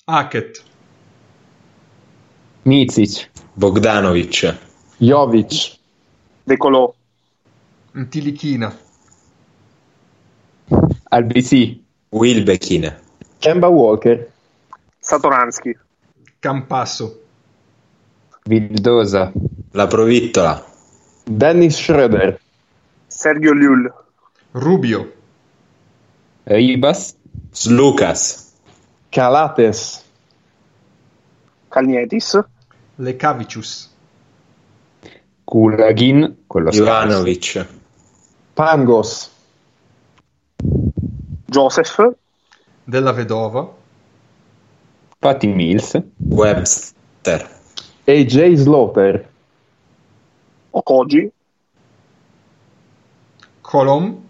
Hackett, Micic, Bogdanovic, Jovic, De Colò, Tilichina, Albc, Wilbekin, Kemba Walker, Satoransky, Campasso, Vildosa, La Provittola, Dennis Schroeder, Sergio Llull, Rubio, Ribas, Slucas, Calates, Kalnietis, Lekavicius, Kulagin, quello scarso, Ivanovic, Pangos, Joseph, Della Vedova, Patty Mills, Webster, AJ Slaughter, Okoji, Colom,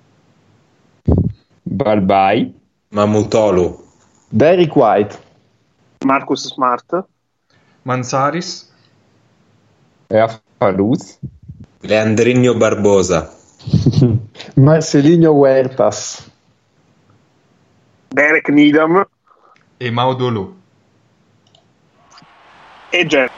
Balbai, Mamutolu, Derrick White, Marcus Smart, Manzaris, Rafa Luz, Leandrinho Barbosa, Marcelinho Huertas, Derek Needham e Maudolò. e Jen.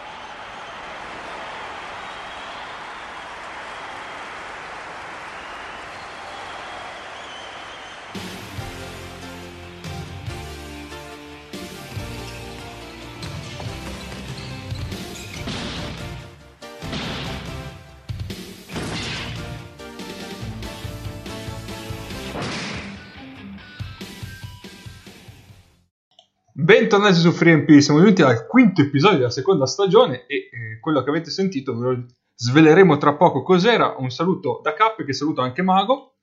Bentornati su FreeMP, siamo giunti al quinto episodio della seconda stagione e quello che avete sentito ve lo sveleremo tra poco cos'era. Un saluto da Cap, che saluto anche Mago.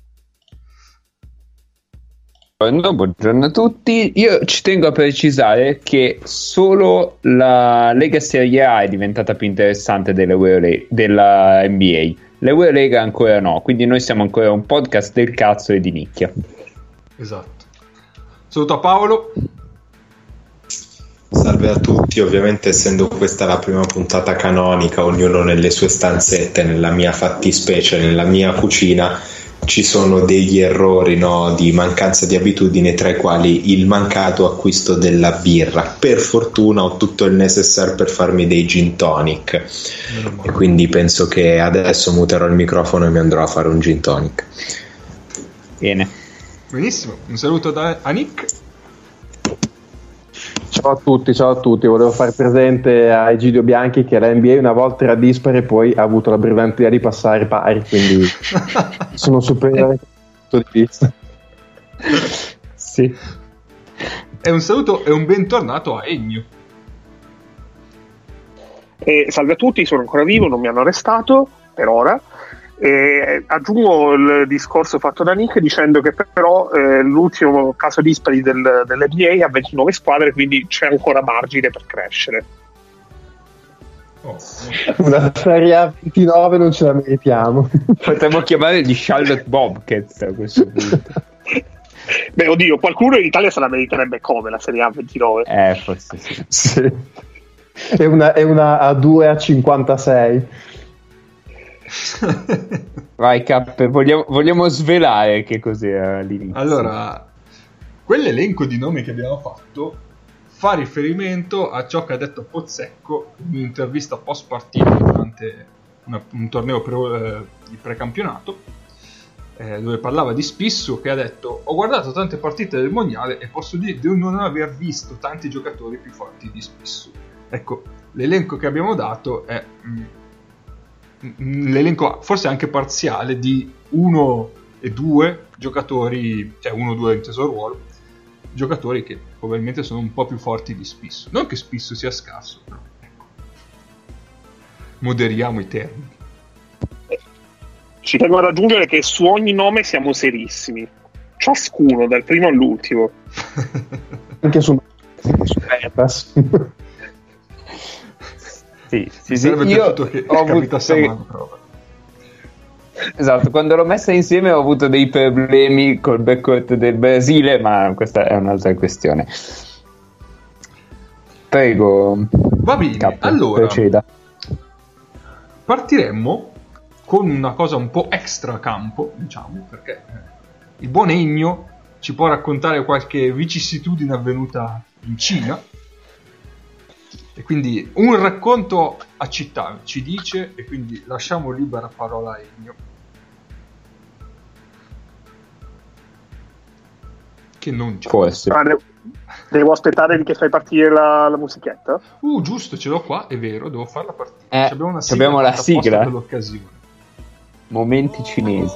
Buongiorno a tutti. Io ci tengo a precisare che solo la Lega Serie A è diventata più interessante della NBA. L'Eurolega ancora no, quindi noi siamo ancora un podcast del cazzo e di nicchia. Esatto. Saluto a Paolo. Salve a tutti, ovviamente essendo questa la prima puntata canonica, ognuno nelle sue stanzette, nella mia fattispecie, nella mia cucina, ci sono degli errori, no, di mancanza di abitudine, tra i quali il mancato acquisto della birra. Per fortuna ho tutto il necessario per farmi dei gin tonic e quindi penso che adesso muterò il microfono e mi andrò a fare un gin tonic. Bene. Benissimo, un saluto a Nick. Ciao a tutti, volevo far presente a Egidio Bianchi che la NBA una volta era dispari e poi ha avuto la brillante idea di passare pari, quindi sono superiore da questo punto di vista. Sì. E un saluto e un bentornato a Ennio. Salve a tutti, sono ancora vivo, non mi hanno arrestato per ora. Aggiungo il discorso fatto da Nick dicendo che però l'ultimo caso dispari dell'NBA ha 29 squadre, quindi c'è ancora margine per crescere. Una Serie A 29 non ce la meritiamo. Potremmo chiamare di Charlotte Bobcats a questo punto. Beh, oddio, qualcuno in Italia se la meriterebbe come la Serie A 29. Forse sì. Sì. È una A2 a 56. Vai Cap, vogliamo svelare che cos'era all'inizio. Allora, quell'elenco di nomi che abbiamo fatto fa riferimento a ciò che ha detto Pozzecco in un'intervista post partita durante un torneo di precampionato, dove parlava di Spissu, che ha detto: ho guardato tante partite del mondiale e posso dire di non aver visto tanti giocatori più forti di Spissu. Ecco, l'elenco che abbiamo dato è l'elenco forse anche parziale di 1 e 2 giocatori, cioè 1 o 2 inteso ruolo, giocatori che probabilmente sono un po' più forti di Spissu. Non che Spissu sia scarso, però ecco, moderiamo i termini. Ci tengo ad aggiungere che su ogni nome siamo serissimi, ciascuno dal primo all'ultimo. Anche su Huertas. Sì, Serve io tutto che ho capitasse avuto... a mano, prova. Esatto, quando l'ho messa insieme ho avuto dei problemi col backcourt del Brasile, ma questa è un'altra questione. Prego. Va bene, Cap, allora proceda. partiremmo con una cosa un po' extra campo, diciamo, perché il buon Ennio ci può raccontare qualche vicissitudine avvenuta in Cina. E quindi un racconto a città ci dice, e quindi lasciamo libera parola a Ennio, che non c'è. Può essere. Devo aspettare che fai partire la musichetta? Giusto, ce l'ho qua, è vero, devo farla partire. Abbiamo la sigla per l'occasione. Momenti cinesi.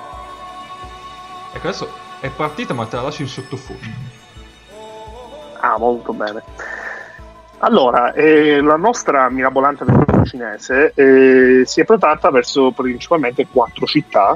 Ecco, adesso è partita, ma te la lascio in sottofondo. Ah, molto bene. Allora, la nostra mirabolante avventura cinese si è protratta verso principalmente 4 città,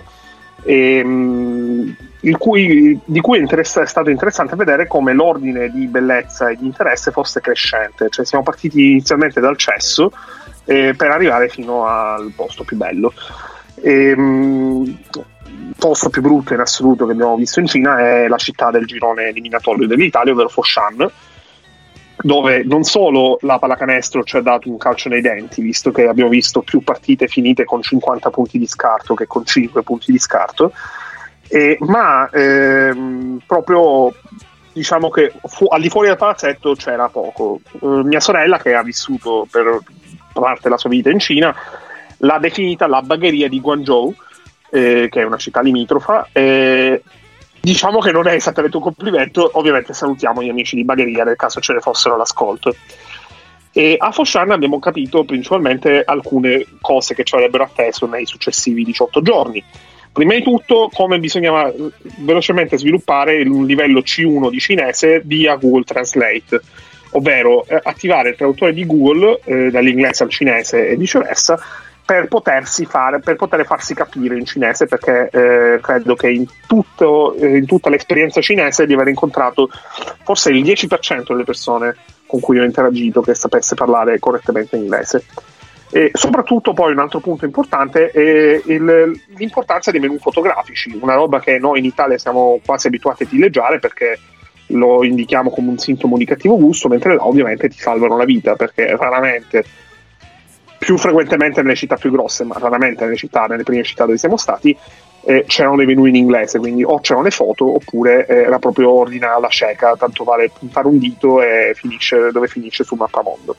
di cui è stato interessante vedere come l'ordine di bellezza e di interesse fosse crescente. Cioè siamo partiti inizialmente dal cesso per arrivare fino al posto più bello. Il posto più brutto in assoluto che abbiamo visto in Cina è la città del girone eliminatorio dell'Italia, ovvero Foshan, dove non solo la pallacanestro ci ha dato un calcio nei denti, visto che abbiamo visto più partite finite con 50 punti di scarto che con 5 punti di scarto, ma proprio diciamo che al di fuori del palazzetto c'era poco. Mia sorella, che ha vissuto per parte della sua vita in Cina, l'ha definita la bagheria di Guangzhou, che è una città limitrofa. Diciamo che non è esattamente un complimento, ovviamente salutiamo gli amici di bagheria nel caso ce ne fossero all'ascolto. E a Foshan abbiamo capito principalmente alcune cose che ci avrebbero atteso nei successivi 18 giorni. Prima di tutto, come bisognava velocemente sviluppare un livello C1 di cinese via Google Translate, ovvero attivare il traduttore di Google dall'inglese al cinese e viceversa, per poter farsi capire in cinese, perché credo che in tutta l'esperienza cinese di aver incontrato forse il 10% delle persone con cui ho interagito che sapesse parlare correttamente inglese. E soprattutto poi un altro punto importante è l'importanza dei menu fotografici, una roba che noi in Italia siamo quasi abituati a dileggiare perché lo indichiamo come un sintomo di cattivo gusto, mentre là ovviamente ti salvano la vita, perché raramente, più frequentemente nelle città più grosse, ma raramente nelle prime città dove siamo stati, c'erano dei menu in inglese, quindi o c'erano le foto oppure era proprio ordina alla cieca, tanto vale puntare un dito e finisce dove finisce sul mappamondo.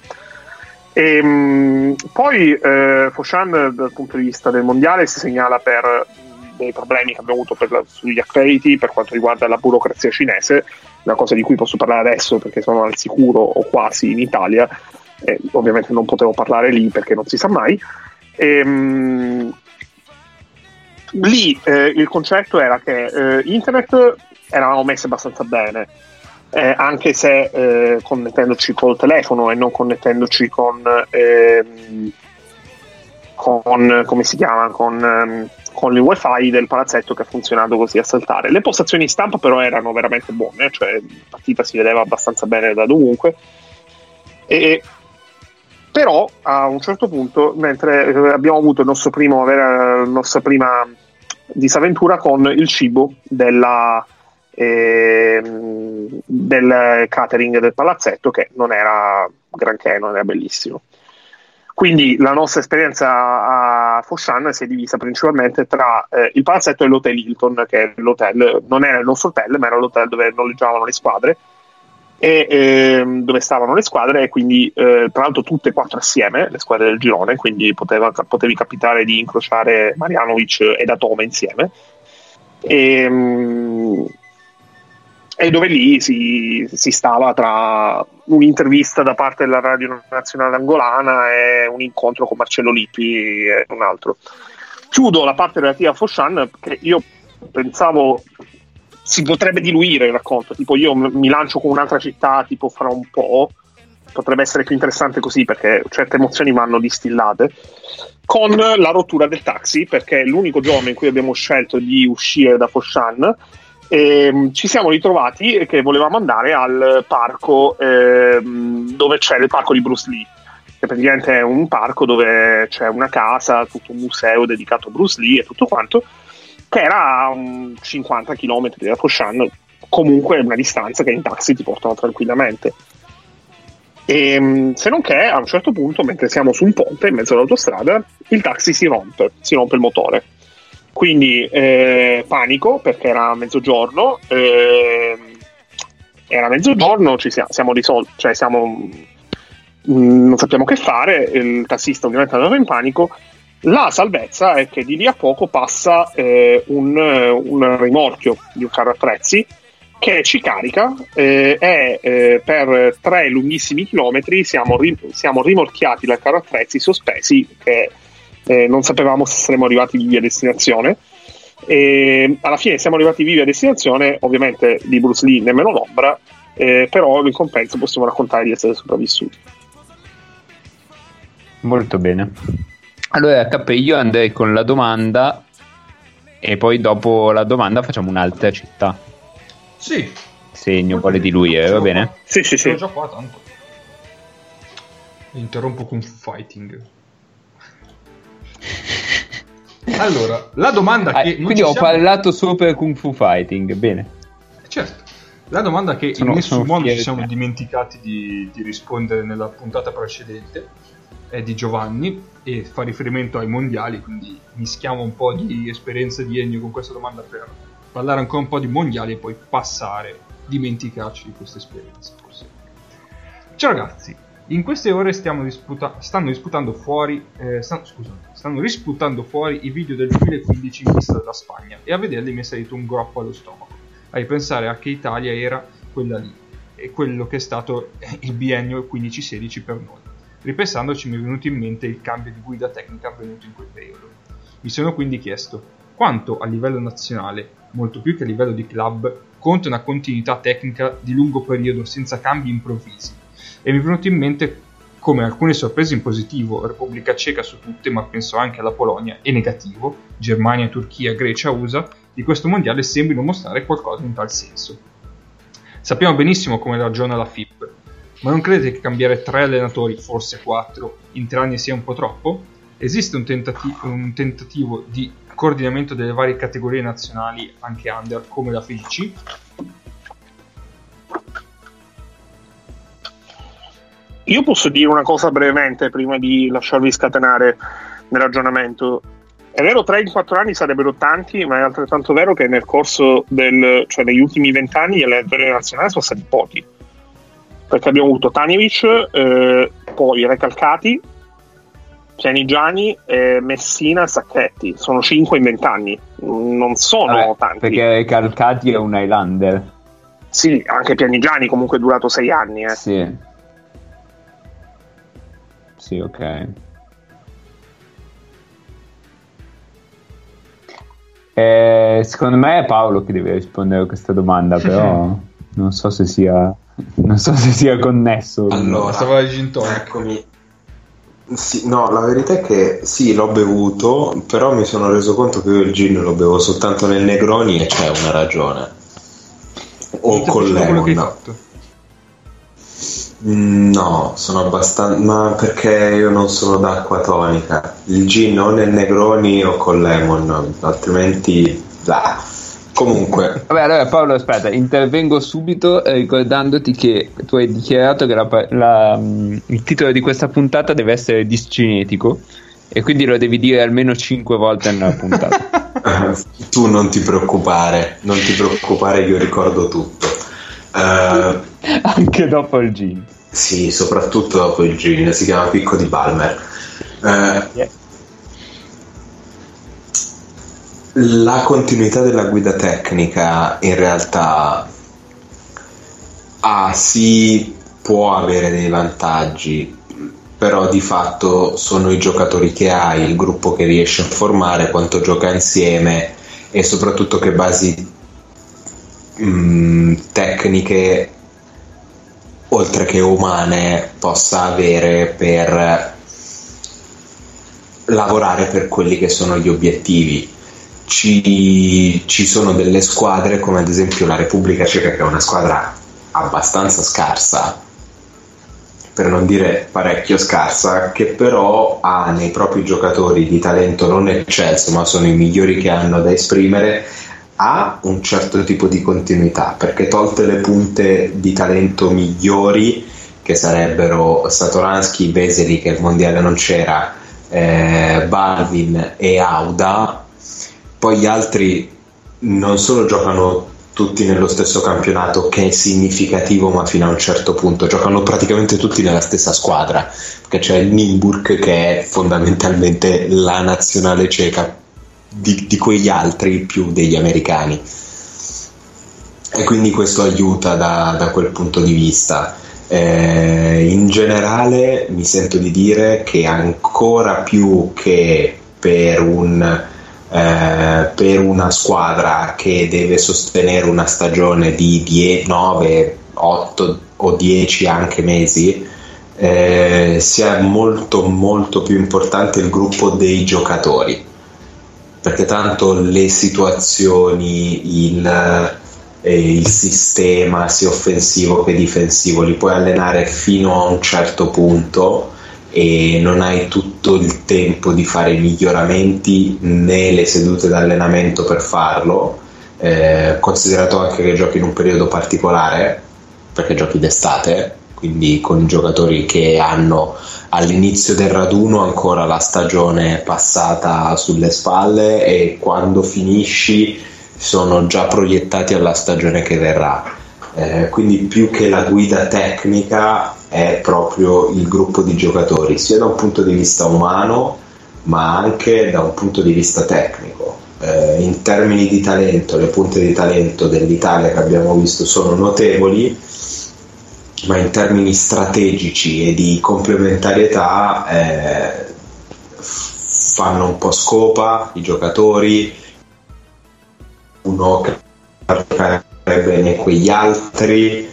Poi Foshan dal punto di vista del mondiale si segnala per dei problemi che abbiamo avuto sugli accrediti per quanto riguarda la burocrazia cinese, una cosa di cui posso parlare adesso perché sono al sicuro o quasi in Italia. Ovviamente non potevo parlare lì perché non si sa mai. Lì il concetto era che internet eravamo messi abbastanza bene, anche se connettendoci col telefono e non connettendoci con come si chiama, con il wifi del palazzetto, che ha funzionato così a saltare. Le postazioni stampa però erano veramente buone, cioè la partita si vedeva abbastanza bene da dovunque. Però a un certo punto, mentre abbiamo avuto la nostra prima disavventura con il cibo del catering del palazzetto, che non era granché, non era bellissimo. Quindi la nostra esperienza a Foshan si è divisa principalmente tra il palazzetto e l'hotel Hilton, che l'hotel non era il nostro hotel, ma era l'hotel dove noleggiavano le squadre, e dove stavano le squadre, e quindi tra l'altro tutte e 4 assieme le squadre del girone, quindi potevi capitare di incrociare Marjanovic ed Atome insieme, e dove lì si stava tra un'intervista da parte della radio nazionale angolana e un incontro con Marcello Lippi e un altro. Chiudo la parte relativa a Foshan, che io pensavo si potrebbe diluire il racconto, tipo io mi lancio con un'altra città tipo fra un po', potrebbe essere più interessante così perché certe emozioni vanno distillate, con la rottura del taxi, perché l'unico giorno in cui abbiamo scelto di uscire da Foshan ci siamo ritrovati che volevamo andare al parco dove c'è il parco di Bruce Lee, che praticamente è un parco dove c'è una casa, tutto un museo dedicato a Bruce Lee e tutto quanto, che era a 50 km da Foshan, comunque una distanza che in taxi ti portano tranquillamente. E se non che a un certo punto, mentre siamo su un ponte in mezzo all'autostrada, il taxi si rompe il motore. Quindi panico, perché era mezzogiorno, siamo risolti, cioè non sappiamo che fare, il tassista ovviamente è andato in panico. La salvezza è che di lì a poco passa un rimorchio di un carro attrezzi che ci carica, per 3 lunghissimi chilometri siamo rimorchiati dal carro attrezzi, sospesi, che non sapevamo se saremmo arrivati vivi a destinazione. E alla fine siamo arrivati vivi a destinazione, ovviamente di Bruce Lee nemmeno l'ombra, però in compenso possiamo raccontare di essere sopravvissuti. Molto bene. Allora Cappe, io andrei con la domanda e poi dopo la domanda facciamo un'altra città. Sì. Segno quale di lui va bene? Sì. Sono già qua tanto. Interrompo con fighting. Allora, la domanda che quindi ho parlato sopra Kung Fu Fighting, bene. Certo. La domanda che in nessun modo ci siamo dimenticati di rispondere nella puntata precedente è di Giovanni e fa riferimento ai mondiali, quindi mischiamo un po' di esperienza di Ennio con questa domanda per parlare ancora un po' di mondiali e poi dimenticarci di questa esperienza. Ciao ragazzi, in queste ore stanno risputando fuori i video del 2015 in vista della Spagna, e a vederli mi è salito un groppo allo stomaco a ripensare a che Italia era quella lì e quello che è stato il biennio 15-16 per noi. Ripensandoci mi è venuto in mente il cambio di guida tecnica avvenuto in quel periodo. Mi sono quindi chiesto quanto a livello nazionale, molto più che a livello di club, conta una continuità tecnica di lungo periodo senza cambi improvvisi, e mi è venuto in mente come alcune sorprese in positivo, Repubblica Ceca su tutte, ma penso anche alla Polonia, e negativo, Germania, Turchia, Grecia, USA, di questo mondiale sembrino mostrare qualcosa in tal senso. Sappiamo benissimo come ragiona la FIP, ma non credete che cambiare 3 allenatori, forse 4, in 3 anni sia un po' troppo? Esiste un tentativo di coordinamento delle varie categorie nazionali, anche under, come la FIGC? Io posso dire una cosa brevemente prima di lasciarvi scatenare nel ragionamento. È vero, 3 in 4 anni sarebbero tanti, ma è altrettanto vero che nel corso negli ultimi 20 anni gli allenatori nazionali sono stati pochi. Perché abbiamo avuto Tanjevic, poi Recalcati, Pianigiani, Messina e Sacchetti. Sono 5 in 20 anni, non sono tanti. Perché Recalcati è un Highlander. Sì, anche Pianigiani comunque è durato 6 anni. Sì, ok. Secondo me è Paolo che deve rispondere a questa domanda, però non so se sia connesso. Allora, stava il gin tonic. Eccomi. Sì, no, la verità è che sì, l'ho bevuto, però mi sono reso conto che io il gin lo bevo soltanto nel Negroni e c'è una ragione. O con quello che hai lemon. fatto. No, sono abbastanza. Ma perché io non sono d'acqua tonica. Il gin o nel Negroni o con lemon, altrimenti. Comunque. Vabbè, allora Paolo, aspetta, intervengo subito ricordandoti che tu hai dichiarato che il titolo di questa puntata deve essere discinetico, e quindi lo devi dire almeno 5 volte nella puntata. Tu non ti preoccupare, io ricordo tutto. Anche dopo il gin. Sì, soprattutto dopo il gin, si chiama Picco di Balmer. La continuità della guida tecnica in realtà sì, può avere dei vantaggi, però di fatto sono i giocatori che hai, il gruppo che riesce a formare, quanto gioca insieme e soprattutto che basi tecniche oltre che umane possa avere per lavorare per quelli che sono gli obiettivi. Ci sono delle squadre come ad esempio la Repubblica Ceca, che è una squadra abbastanza scarsa, per non dire parecchio scarsa, che però ha nei propri giocatori di talento non eccelso, ma sono i migliori che hanno da esprimere, ha un certo tipo di continuità, perché tolte le punte di talento migliori, che sarebbero Satoransky, Vesely, che il mondiale non c'era, Balvin e Auda, poi gli altri non solo giocano tutti nello stesso campionato, che è significativo, ma fino a un certo punto giocano praticamente tutti nella stessa squadra, perché c'è il Nymburk che è fondamentalmente la nazionale ceca di quegli altri più degli americani, e quindi questo aiuta da quel punto di vista. In generale mi sento di dire che ancora più che per una squadra che deve sostenere una stagione di 9, 8 o 10 anche mesi, sia molto molto più importante il gruppo dei giocatori, perché tanto le situazioni, il sistema sia offensivo che difensivo li puoi allenare fino a un certo punto e non hai tutto il tempo di fare i miglioramenti né le sedute d'allenamento per farlo, considerato anche che giochi in un periodo particolare, perché giochi d'estate, quindi con i giocatori che hanno all'inizio del raduno ancora la stagione passata sulle spalle e quando finisci sono già proiettati alla stagione che verrà, quindi più che la guida tecnica è proprio il gruppo di giocatori, sia da un punto di vista umano ma anche da un punto di vista tecnico. In termini di talento, le punte di talento dell'Italia che abbiamo visto sono notevoli, ma in termini strategici e di complementarietà fanno un po' scopa i giocatori, uno che giocare bene quegli altri,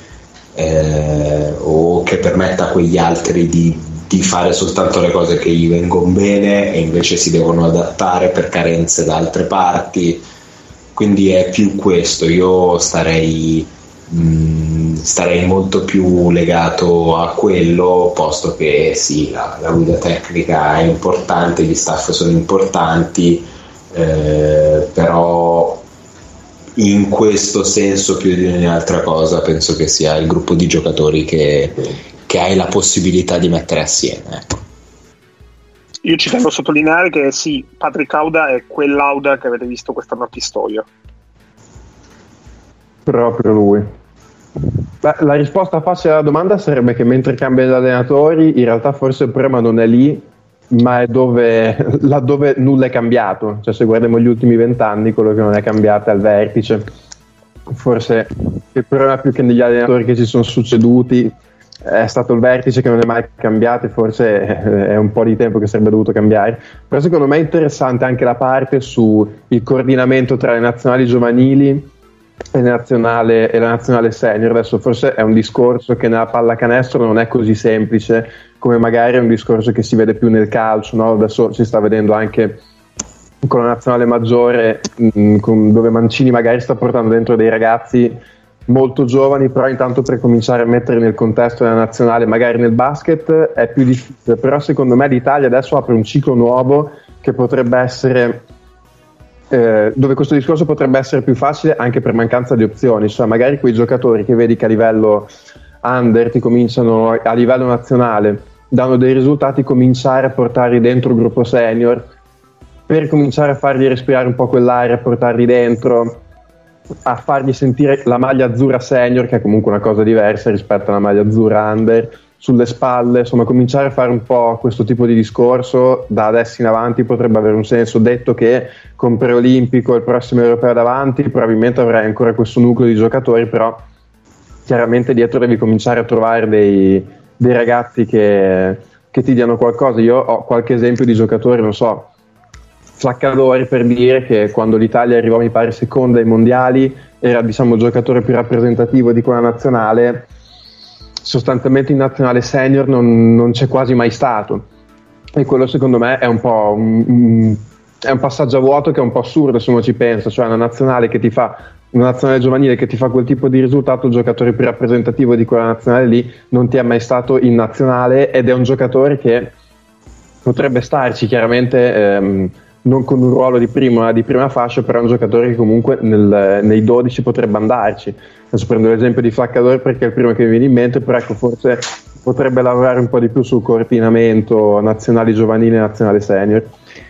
o che permetta a quegli altri di fare soltanto le cose che gli vengono bene e invece si devono adattare per carenze da altre parti, quindi è più questo. Io starei molto più legato a quello, posto che sì, la guida tecnica è importante, gli staff sono importanti, però in questo senso più di ogni altra cosa penso che sia il gruppo di giocatori che hai la possibilità di mettere assieme. Io ci tengo a sottolineare che sì, Patrick Auda è quell'Auda che avete visto quest'anno a Pistoia. Proprio lui. Beh, la risposta facile alla domanda sarebbe che mentre cambiano gli allenatori in realtà forse il problema non è lì, ma è laddove nulla è cambiato. Cioè, se guardiamo gli ultimi 20 anni, quello che non è cambiato è al vertice. Forse il problema più che negli allenatori che ci sono succeduti è stato il vertice che non è mai cambiato, forse è un po' di tempo che sarebbe dovuto cambiare. Però secondo me è interessante anche la parte sul coordinamento tra le nazionali giovanili e la nazionale senior. Adesso forse è un discorso che nella pallacanestro non è così semplice come magari è un discorso che si vede più nel calcio, no? Adesso si sta vedendo anche con la nazionale maggiore, dove Mancini magari sta portando dentro dei ragazzi molto giovani, però intanto per cominciare a mettere nel contesto della nazionale, magari nel basket è più difficile. Però secondo me l'Italia adesso apre un ciclo nuovo che potrebbe essere dove questo discorso potrebbe essere più facile anche per mancanza di opzioni, cioè magari quei giocatori che vedi che a livello under ti cominciano a livello nazionale, danno dei risultati, cominciare a portarli dentro il gruppo senior per cominciare a fargli respirare un po' quell'aria, a portarli dentro, a fargli sentire la maglia azzurra senior, che è comunque una cosa diversa rispetto alla maglia azzurra under, sulle spalle. Insomma, cominciare a fare un po' questo tipo di discorso da adesso in avanti potrebbe avere un senso, detto che con preolimpico e il prossimo europeo davanti probabilmente avrai ancora questo nucleo di giocatori, però chiaramente dietro devi cominciare a trovare dei ragazzi che ti diano qualcosa. Io ho qualche esempio di giocatori, non so, Flaccadori, per dire, che quando l'Italia arrivò mi pare seconda ai mondiali era, diciamo, il giocatore più rappresentativo di quella nazionale. Sostanzialmente in nazionale senior non c'è quasi mai stato, e quello secondo me è un po' è un passaggio a vuoto che è un po' assurdo se uno ci pensa. Cioè una nazionale giovanile che ti fa quel tipo di risultato, il giocatore più rappresentativo di quella nazionale lì non ti è mai stato in nazionale, ed è un giocatore che potrebbe starci chiaramente non con un ruolo di prima fascia, però è un giocatore che comunque nei 12 potrebbe andarci. Adesso prendo l'esempio di Flaccadori perché è il primo che mi viene in mente, però ecco, forse potrebbe lavorare un po' di più sul coordinamento nazionali giovanili e nazionale senior.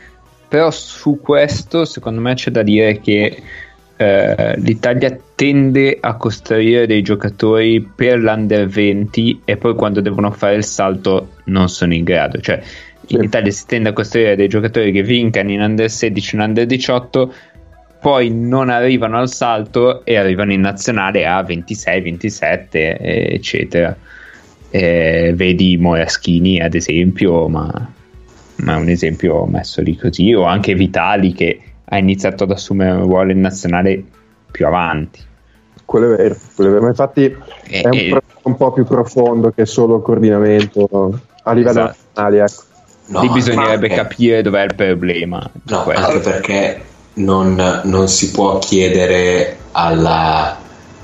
Però su questo secondo me c'è da dire che l'Italia tende a costruire dei giocatori per l'Under 20 e poi quando devono fare il salto non sono in grado, cioè in Italia si tende a costruire dei giocatori che vincano in Under 16 in Under 18, poi non arrivano al salto e arrivano in nazionale a 26, 27 eccetera. Vedi Moraschini ad esempio, ma è un esempio messo lì così, o anche Vitali che ha iniziato ad assumere un ruolo in nazionale più avanti. Quello è vero, ma infatti è un problema un po' più profondo che solo coordinamento a livello nazionale, ecco. No, lì bisognerebbe capire dov'è il problema. No, anche perché non si può chiedere alla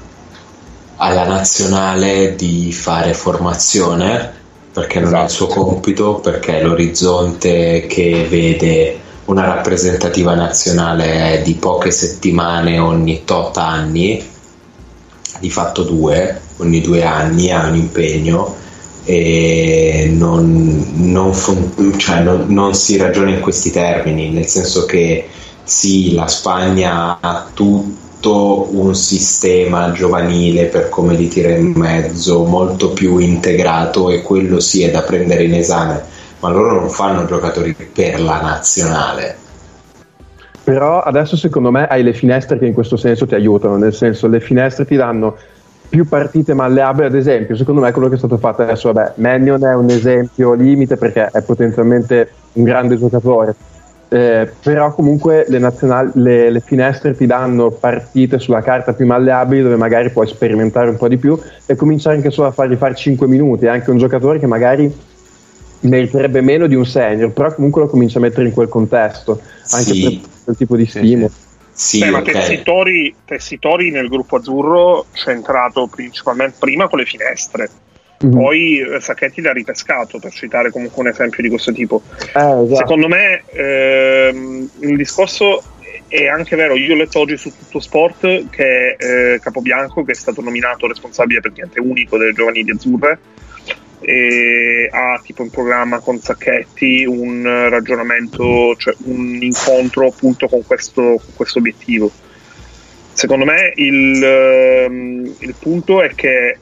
nazionale di fare formazione, perché non è il suo compito, perché l'orizzonte che vede una rappresentativa nazionale è di poche settimane ogni tot anni, di fatto ogni 2 anni ha un impegno, e non si ragiona in questi termini, nel senso che sì, la Spagna ha tutto un sistema giovanile, per come li tira in mezzo, molto più integrato, e quello sì è da prendere in esame, ma loro non fanno giocatori per la nazionale. Però adesso secondo me hai le finestre che in questo senso ti aiutano, nel senso le finestre ti danno più partite malleabili. Ad esempio secondo me quello che è stato fatto adesso, Mannion è un esempio limite perché è potenzialmente un grande giocatore, però comunque le finestre ti danno partite sulla carta più malleabili dove magari puoi sperimentare un po' di più e cominciare anche solo a fargli fare 5 minuti, anche un giocatore che magari meriterebbe meno di un senior, però comunque lo comincia a mettere in quel contesto, anche per quel tipo di stimolo. Sì, ma Tessitori nel gruppo azzurro c'è entrato principalmente prima con le finestre, poi Sacchetti l'ha ripescato, per citare comunque un esempio di questo tipo. Esatto. Secondo me il discorso è anche vero. Io ho letto oggi su Tutto Sport che Capobianco, che è stato nominato responsabile praticamente unico delle giovanili azzurre, e ha tipo in programma con Sacchetti un ragionamento, cioè un incontro appunto con questo obiettivo. Secondo me il punto è che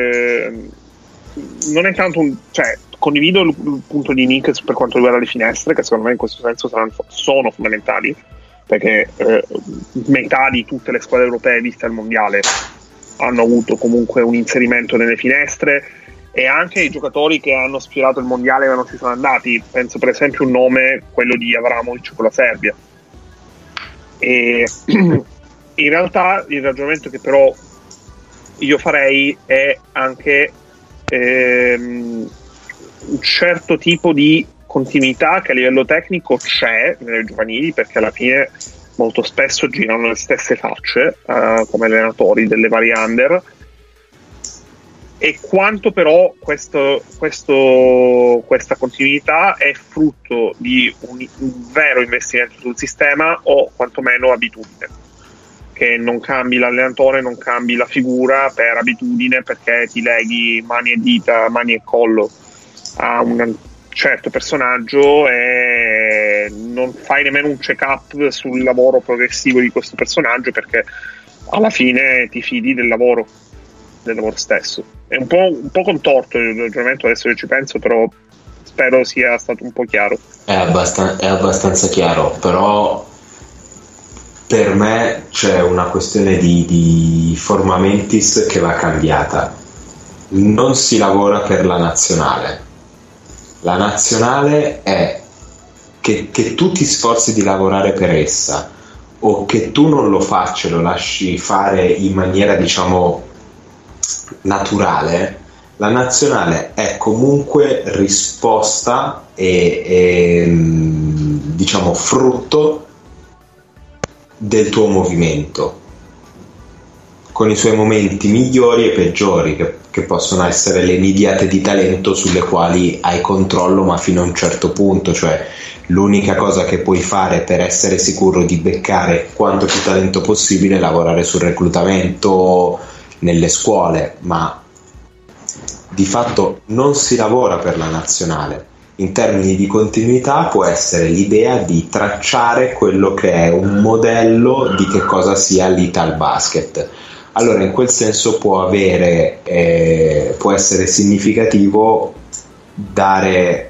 non è tanto condivido il punto di Nick per quanto riguarda le finestre, che secondo me in questo senso sono fondamentali, perché metà di tutte le squadre europee viste al mondiale hanno avuto comunque un inserimento nelle finestre, e anche i giocatori che hanno sfiorato il mondiale ma non ci sono andati. Penso per esempio un nome, quello di Avramovic con la Serbia. E in realtà il ragionamento che però io farei è anche un certo tipo di continuità che a livello tecnico c'è nelle giovanili, perché alla fine molto spesso girano le stesse facce come allenatori delle varie under, e quanto però questa continuità è frutto di un vero investimento sul sistema o quantomeno abitudine, che non cambi l'allenatore, non cambi la figura per abitudine, perché ti leghi mani e dita, mani e collo a un certo personaggio e non fai nemmeno un check-up sul lavoro progressivo di questo personaggio, perché alla fine ti fidi del lavoro stesso. È un po' contorto il ragionamento adesso che ci penso, però spero sia stato un po' chiaro. È abbastanza chiaro, però per me c'è una questione di forma mentis che va cambiata. Non si lavora per la nazionale. La nazionale è che tu ti sforzi di lavorare per essa, o che tu non lo faccia, lo lasci fare in maniera diciamo naturale. La nazionale è comunque risposta e diciamo frutto del tuo movimento, con i suoi momenti migliori e peggiori, che possono essere le nidiate di talento sulle quali hai controllo ma fino a un certo punto. Cioè l'unica cosa che puoi fare per essere sicuro di beccare quanto più talento possibile è lavorare sul reclutamento nelle scuole, ma di fatto non si lavora per la nazionale. in termini di continuità può essere l'idea di tracciare quello che è un modello di che cosa sia l'Italbasket. Allora in quel senso può essere significativo dare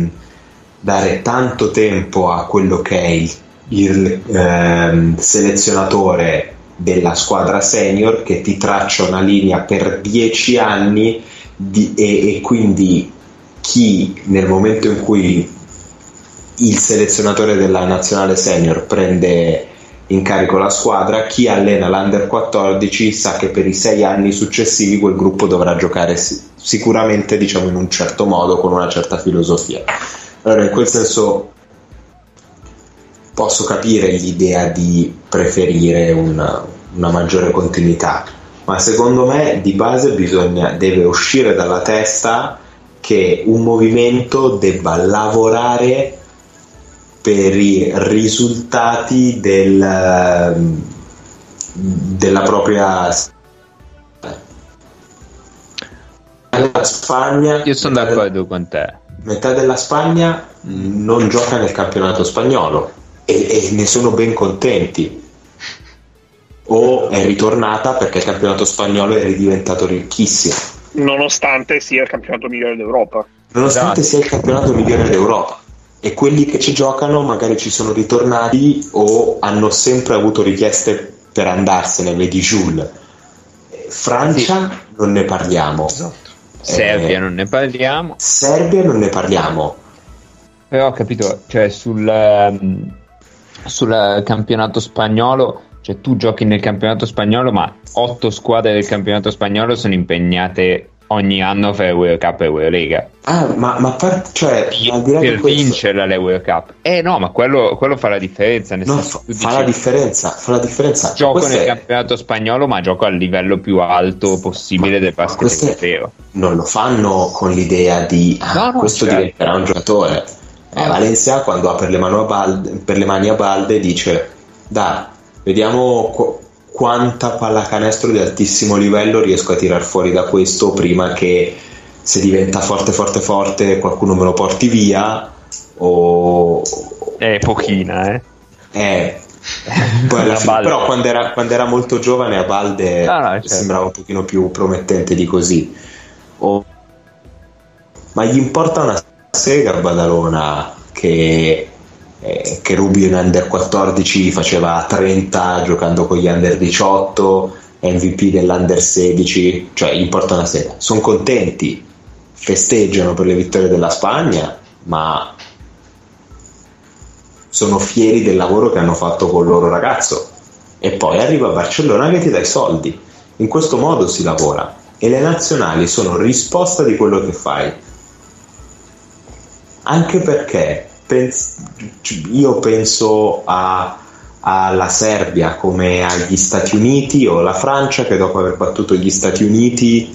tanto tempo a quello che è il selezionatore della squadra senior, che ti traccia una linea per 10 anni e quindi chi nel momento in cui il selezionatore della nazionale senior prende in carico la squadra, chi allena l'Under 14 sa che per i 6 anni successivi quel gruppo dovrà giocare sicuramente, diciamo, in un certo modo, con una certa filosofia. Allora in quel senso posso capire l'idea di preferire una maggiore continuità, ma secondo me di base deve uscire dalla testa che un movimento debba lavorare per i risultati della propria Spagna. Io sono d'accordo con te. Metà della Spagna non gioca nel campionato spagnolo e ne sono ben contenti, o è ritornata perché il campionato spagnolo è ridiventato ricchissimo, nonostante sia il campionato migliore d'Europa. Sia il campionato migliore d'Europa, e quelli che ci giocano magari ci sono ritornati o hanno sempre avuto richieste per andarsene, vedi Jules. Francia sì. Non ne parliamo. Esatto. Serbia non ne parliamo. Però ho capito, cioè sul campionato spagnolo, cioè tu giochi nel campionato spagnolo, ma 8 squadre del campionato spagnolo sono impegnate ogni anno a fare World Cup e Eurolega. Cioè, per vincere la World Cup. No, ma quello fa la differenza. Fa la differenza. Gioco nel campionato spagnolo, ma gioco al livello più alto possibile del basket europeo. Non lo fanno con l'idea di questo diventerà un giocatore. Valencia, quando ha per le mani a balde, dice: dai, vediamo quanta pallacanestro di altissimo livello riesco a tirar fuori da questo, prima che, se diventa forte qualcuno me lo porti via, o è pochina poi alla fine, però quando era molto giovane a balde certo. Sembrava un pochino più promettente di così. Ma gli importa una sega Badalona che Rubio in Under 14 faceva 30 giocando con gli Under 18, MVP dell'Under 16, cioè importa una sera. Sono contenti, festeggiano per le vittorie della Spagna, ma sono fieri del lavoro che hanno fatto con il loro ragazzo. E poi arriva Barcellona che ti dà i soldi. In questo modo si lavora, e le nazionali sono risposta di quello che fai, anche perché io penso alla Serbia come agli Stati Uniti, o la Francia che dopo aver battuto gli Stati Uniti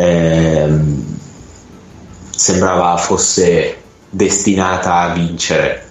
sembrava fosse destinata a vincere.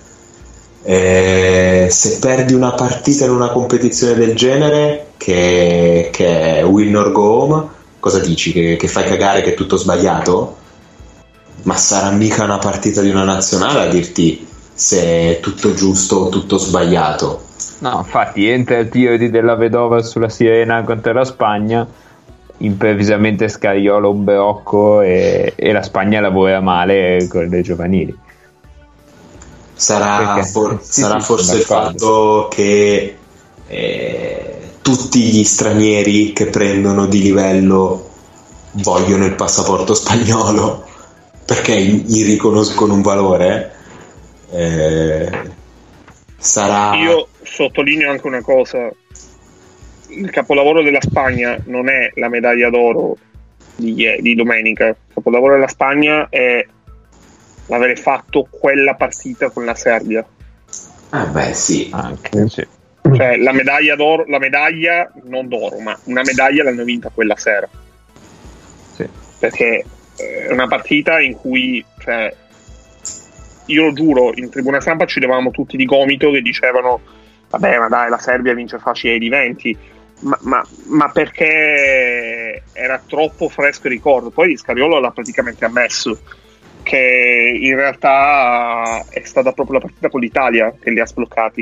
Se perdi una partita in una competizione del genere, che è win or go home, cosa dici? Che fai cagare, che è tutto sbagliato? Ma sarà mica una partita di una nazionale a dirti se è tutto giusto o tutto sbagliato. No, infatti entra il tiro di Della Vedova sulla Sirena contro la Spagna, improvvisamente Scariolo un brocco e la Spagna lavora male con le giovanili. Sarà forse il fatto che tutti gli stranieri che prendono di livello vogliono il passaporto spagnolo perché gli riconoscono un valore. Sarà... Io sottolineo anche una cosa: il capolavoro della Spagna non è la medaglia d'oro di domenica. Il capolavoro della Spagna è l'avere fatto quella partita con la Serbia. Sì, anche sì. Cioè la medaglia non d'oro, ma una medaglia l'hanno vinta quella sera. Sì. Perché è una partita in cui, cioè, io lo giuro, in tribuna stampa ci levavamo tutti di gomito che dicevano: vabbè, ma dai, la Serbia vince facile ai 20, ma perché era troppo fresco il ricordo. Poi Scariolo l'ha praticamente ammesso che in realtà è stata proprio la partita con l'Italia che li ha sbloccati.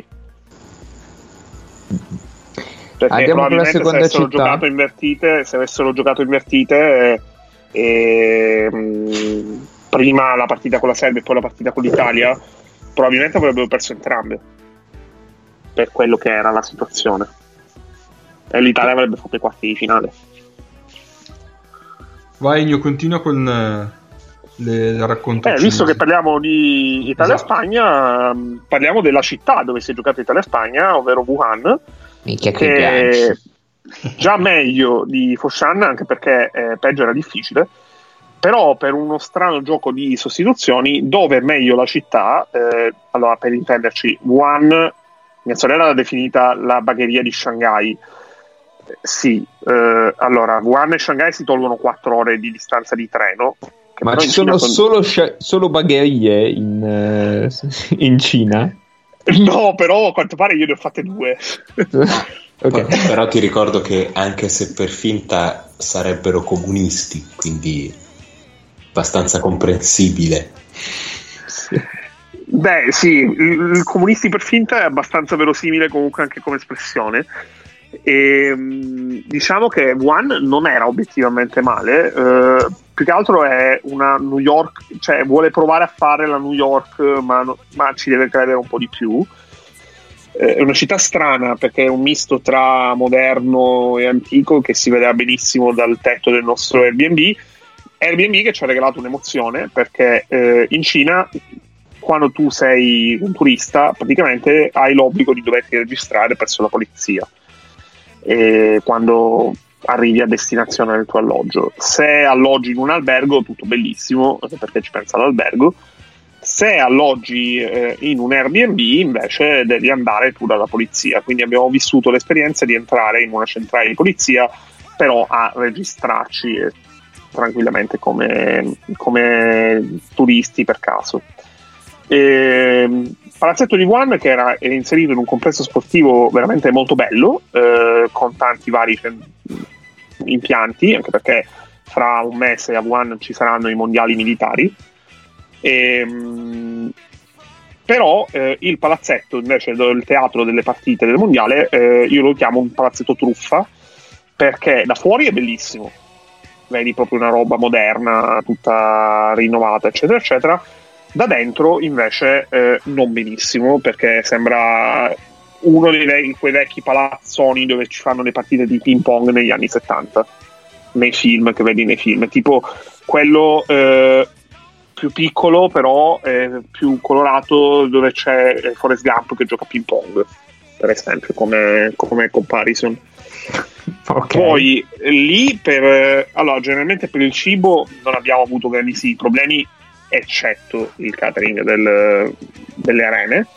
Perché andiamo con la probabilmente seconda città. Se avessero giocato invertite prima la partita con la Serbia e poi la partita con l'Italia, probabilmente avrebbero perso entrambe, per quello che era la situazione, e l'Italia avrebbe fatto i quarti di finale. Vai Igno, continua con le racconto. Visto che parliamo di Italia-Spagna, parliamo della città dove si è giocato Italia-Spagna, ovvero Wuhan, che è già meglio di Foshan, anche perché peggio era difficile, però per uno strano gioco di sostituzioni, dove è meglio la città, allora per intenderci, Wuhan, mia sorella l'ha definita la bagheria di Shanghai. Sì, allora Wuhan e Shanghai si tolgono 4 ore di distanza di treno. Ma ci sono solo bagherie in Cina? No, però a quanto pare io ne ho fatte 2. Okay. Però ti ricordo che anche se per finta sarebbero comunisti, quindi abbastanza comprensibile. Beh sì, il comunisti per finta è abbastanza verosimile comunque anche come espressione. E diciamo che Wuhan non era obiettivamente male, più che altro è una New York, cioè vuole provare a fare la New York, ma ci deve credere un po' di più. È una città strana perché è un misto tra moderno e antico, che si vedeva benissimo dal tetto del nostro Airbnb che ci ha regalato un'emozione, perché in Cina, quando tu sei un turista, praticamente hai l'obbligo di doverti registrare presso la polizia quando arrivi a destinazione del tuo alloggio. Se alloggi in un albergo, tutto bellissimo, perché ci pensa l'albergo. Se alloggi in un Airbnb, invece devi andare tu dalla polizia. Quindi abbiamo vissuto l'esperienza di entrare in una centrale di polizia, però a registrarci tranquillamente come turisti per caso. Palazzetto di Wuhan, che era inserito in un complesso sportivo veramente molto bello, con tanti vari impianti, anche perché fra un mese a Wuhan ci saranno i mondiali militari. Però il palazzetto invece del teatro delle partite del mondiale, io lo chiamo un palazzetto truffa, perché da fuori è bellissimo, vedi proprio una roba moderna, tutta rinnovata eccetera eccetera. Da dentro invece non benissimo, perché sembra uno quei vecchi palazzoni dove ci fanno le partite di ping pong negli anni 70, nei film che vedi nei film, tipo quello più piccolo però più colorato, dove c'è Forrest Gump che gioca a ping pong, per esempio, come comparison. Okay. Poi lì allora generalmente per il cibo non abbiamo avuto grandissimi problemi, eccetto il catering delle arene.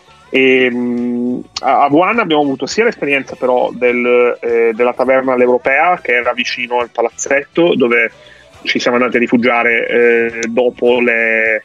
A Wuhan abbiamo avuto sia l'esperienza però della taverna all'Europea, che era vicino al palazzetto, dove ci siamo andati a rifugiare dopo le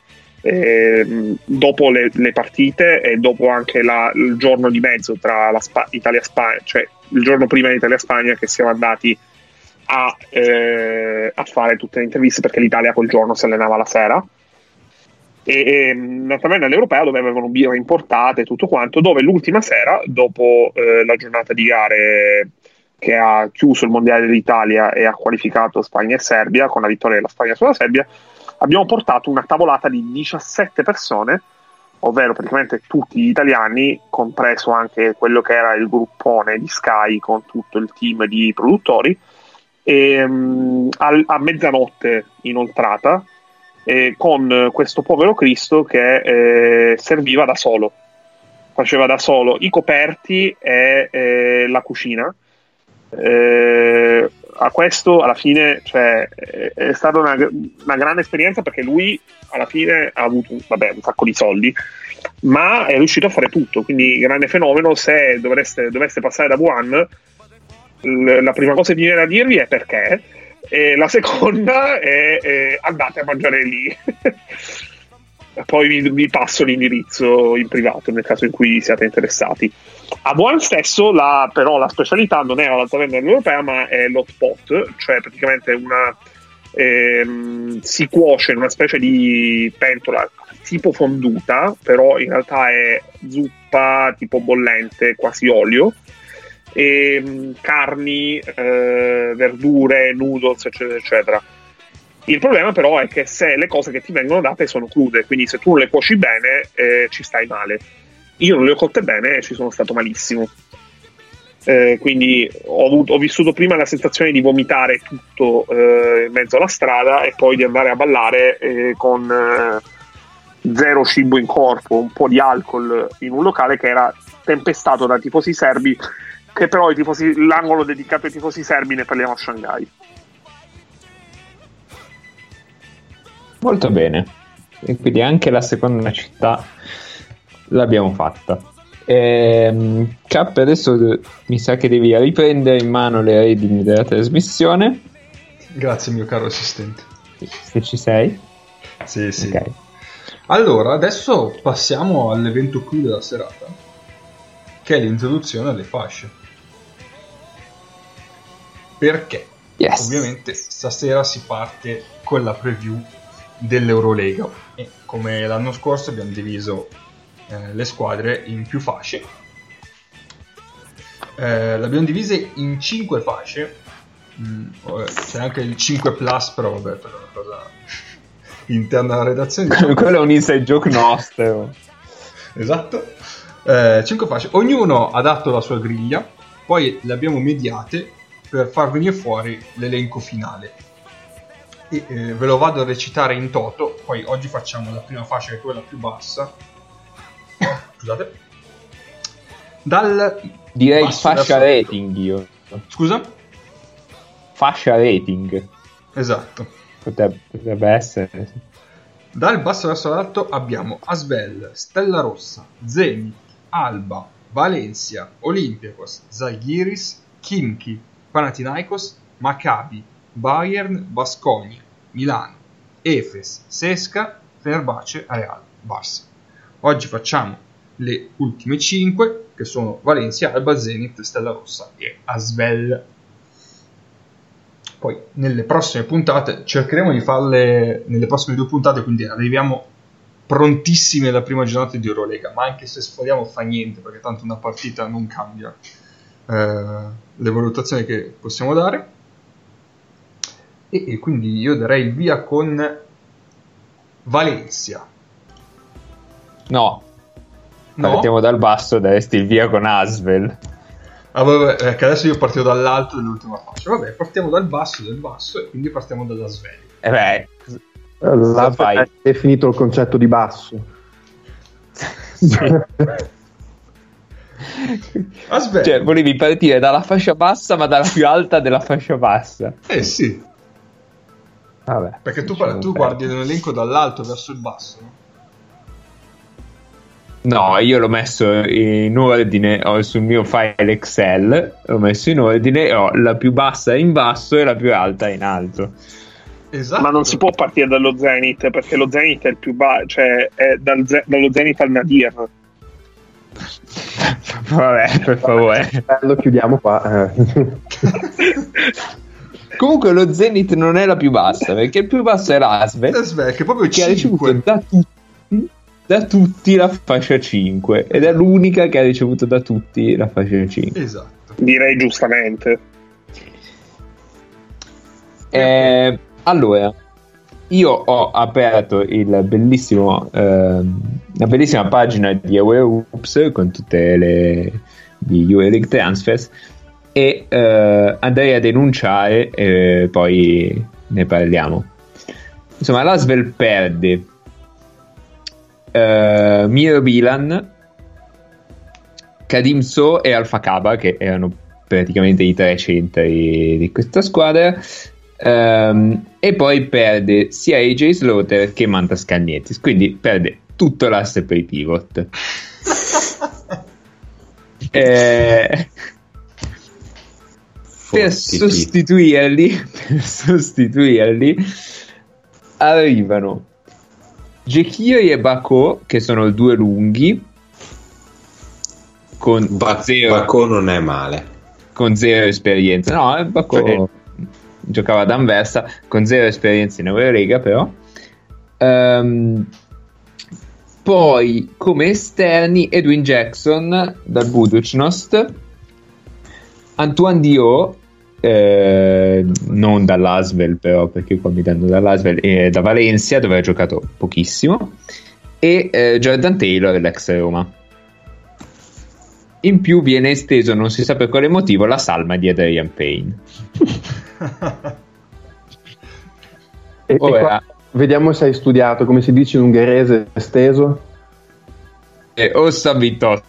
partite, e dopo anche il giorno di mezzo tra Italia-Spagna, cioè il giorno prima di Italia-Spagna, che siamo andati a fare tutte le interviste, perché l'Italia quel giorno si allenava la sera. E una taverna all'Europea dove avevano birre importate e tutto quanto, dove l'ultima sera, dopo la giornata di gare che ha chiuso il mondiale dell'Italia e ha qualificato Spagna e Serbia, con la vittoria della Spagna sulla Serbia, abbiamo portato una tavolata di 17 persone, ovvero praticamente tutti gli italiani, compreso anche quello che era il gruppone di Sky con tutto il team di produttori, a mezzanotte inoltrata, con questo povero Cristo che serviva da solo, faceva da solo i coperti e la cucina. A questo alla fine, cioè, è stata una grande esperienza, perché lui alla fine ha avuto un sacco di soldi, ma è riuscito a fare tutto, quindi grande fenomeno. Se doveste passare da Wuhan, la prima cosa che mi viene da dirvi è perché, e la seconda è andate a mangiare lì. Poi vi passo l'indirizzo in privato nel caso in cui siate interessati. A Wuhan stesso però la specialità non è la taverna europea, ma è l'hot pot, cioè praticamente si cuoce in una specie di pentola tipo fonduta, però in realtà è zuppa tipo bollente, quasi olio, e carni, verdure, noodles, eccetera eccetera. Il problema però è che se le cose che ti vengono date sono crude, quindi se tu non le cuoci bene ci stai male. Io non le ho cotte bene e ci sono stato malissimo. Quindi ho vissuto prima la sensazione di vomitare tutto in mezzo alla strada e poi di andare a ballare con zero cibo in corpo, un po' di alcol in un locale che era tempestato da tifosi serbi, che però l'angolo dedicato ai tifosi serbi ne parliamo a Shanghai. Molto bene, e quindi anche la seconda città l'abbiamo fatta. Cap, adesso mi sa che devi riprendere in mano le redini della trasmissione. Grazie mio caro assistente. Se ci sei. Sì. Okay. Allora, adesso passiamo all'evento clou della serata, che è l'introduzione alle fasce. Perché? Yes. Ovviamente stasera si parte con la preview dell'Eurolega e come l'anno scorso abbiamo diviso le squadre in più fasce. L'abbiamo divise in 5 fasce. C'è anche il 5 plus, però vabbè, per una cosa interna alla redazione, diciamo. Quello è un inside joke nostro. Esatto. 5 fasce, ognuno ha dato la sua griglia, poi le abbiamo mediate per far venire fuori l'elenco finale e ve lo vado a recitare in toto. Poi oggi facciamo la prima fascia, che è quella più bassa. Scusate. Direi fascia rating io. Scusa? Fascia rating. Esatto. Potrebbe essere. Dal basso verso l'alto abbiamo Asvel, Stella Rossa, Zenit, Alba, Valencia, Olympiacos, Zalgiris, Khimki, Panathinaikos, Maccabi, Bayern, Baskonia, Milano, Efes, Sesca, Fenerbahce, Real, Barça. Oggi facciamo le ultime 5, che sono Valencia, Alba, Zenit, Stella Rossa e Asvel. Poi nelle prossime puntate cercheremo di farle nelle prossime 2 puntate, quindi arriviamo prontissimi alla prima giornata di Eurolega, ma anche se sforiamo fa niente, perché tanto una partita non cambia le valutazioni che possiamo dare. E quindi io darei il via con Valencia. No. Partiamo dal basso, daresti il via con Asvel. Ah, vabbè, che adesso io partirò dall'alto dell'ultima fascia. Vabbè, partiamo dal basso e quindi partiamo dalla Svel. L'ha definito il concetto di basso. Cioè, volevi partire dalla fascia bassa, ma dalla più alta della fascia bassa. Sì. Vabbè, perché tu guardi l'elenco dall'alto verso il basso, no? No, io l'ho messo in ordine, ho sul mio file Excel, l'ho messo in ordine, ho la più bassa in basso e la più alta in alto. Esatto. Ma non si può partire dallo Zenit, perché lo Zenit è il più basso, cioè è dallo Zenit al Nadir. Vabbè, per favore. Lo chiudiamo qua. Comunque lo Zenit non è la più bassa, perché il più basso è l'Asvel, che è proprio che ha ricevuto da tutti la fascia 5 ed è l'unica che ha ricevuto da tutti la fascia 5. Esatto. Direi giustamente. Allora, io ho aperto la bellissima pagina di Euroops con tutte gli Euroleague Transfers e andrei a denunciare e poi ne parliamo. Insomma, l'Asvel perde Miro Bilan, Kadim So e Alpha Kaba, che erano praticamente i 3 centri di questa squadra, e poi perde sia AJ Slaughter che Mantas Cagnetis, quindi perde tutto l'asse per i pivot. Per sostituirli arrivano Jekiri e Bako, che sono 2 lunghi con Bako non è male, con 0 esperienza. No, Bako giocava ad Anversa, con 0 esperienza in Eurolega però. Poi come esterni Edwin Jackson dal Budućnost, Antoine Diot, non dall'Asvel però, perché qua mi danno dall'Asvel, da Valencia dove ha giocato pochissimo, e Jordan Taylor dell'ex Roma. In più viene esteso, non si sa per quale motivo, la salma di Adrian Payne. E qua, vediamo se hai studiato, come si dice in ungherese, esteso. Ossa Vittorio.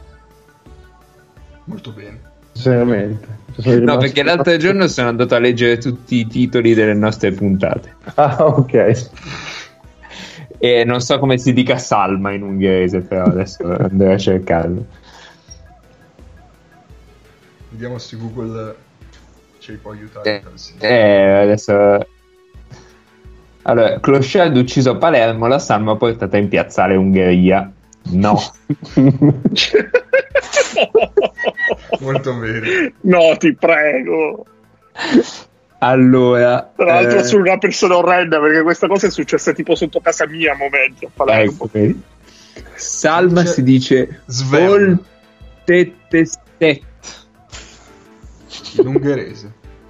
Molto bene. Sinceramente. No, perché l'altro giorno sono andato a leggere tutti i titoli delle nostre puntate. Ah, ok. E non so come si dica salma in ungherese, però adesso andrò a cercarlo. Vediamo se Google ci può aiutare. Adesso... Allora, Clochard ucciso a Palermo, la salma portata in piazzale Ungheria. No. Molto bene. No, ti prego. Allora, tra l'altro sono una persona orrenda, perché questa cosa è successa tipo sotto casa mia a momenti a Palermo. Ecco, salma si dice Voltetestet in ungherese.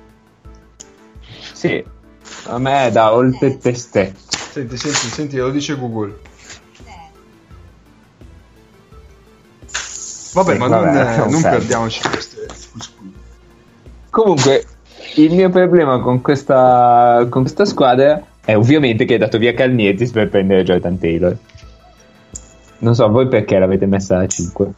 Sì, a me è da Voltetestet. Senti, lo dice Google. Vabbè, ma non perdiamoci queste qui. Comunque, il mio problema con questa squadra è ovviamente che hai dato via Kalnietis per prendere Jordan Taylor. Non so, voi perché l'avete messa a 5?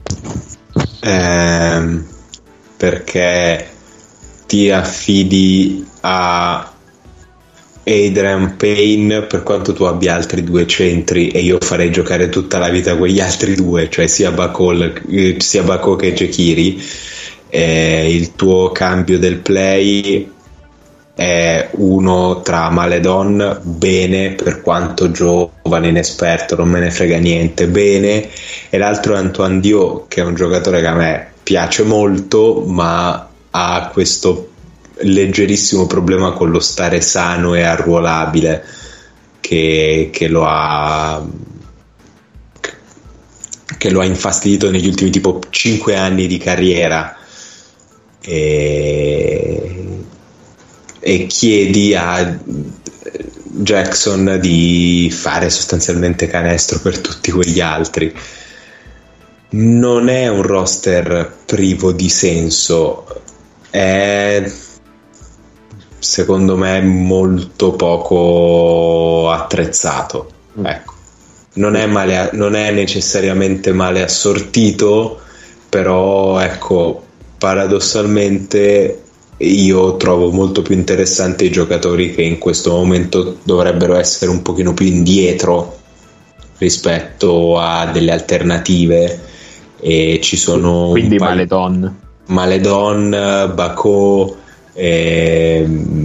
Perché ti affidi a Adrian Payne, per quanto tu abbia altri 2 centri, e io farei giocare tutta la vita quegli altri 2, cioè sia Bako che Jekiri. Il tuo cambio del play è uno tra Maledon, bene, per quanto giovane, inesperto, non me ne frega niente, bene, e l'altro è Antoine Diot, che è un giocatore che a me piace molto, ma ha questo leggerissimo problema con lo stare sano e arruolabile che lo ha infastidito negli ultimi tipo 5 anni di carriera, e chiedi a Jackson di fare sostanzialmente canestro per tutti quegli altri. Non è un roster privo di senso, è secondo me molto poco attrezzato, ecco. Non è necessariamente male assortito, però ecco, paradossalmente io trovo molto più interessanti i giocatori che in questo momento dovrebbero essere un pochino più indietro rispetto a delle alternative, e ci sono quindi Maledon, Bako e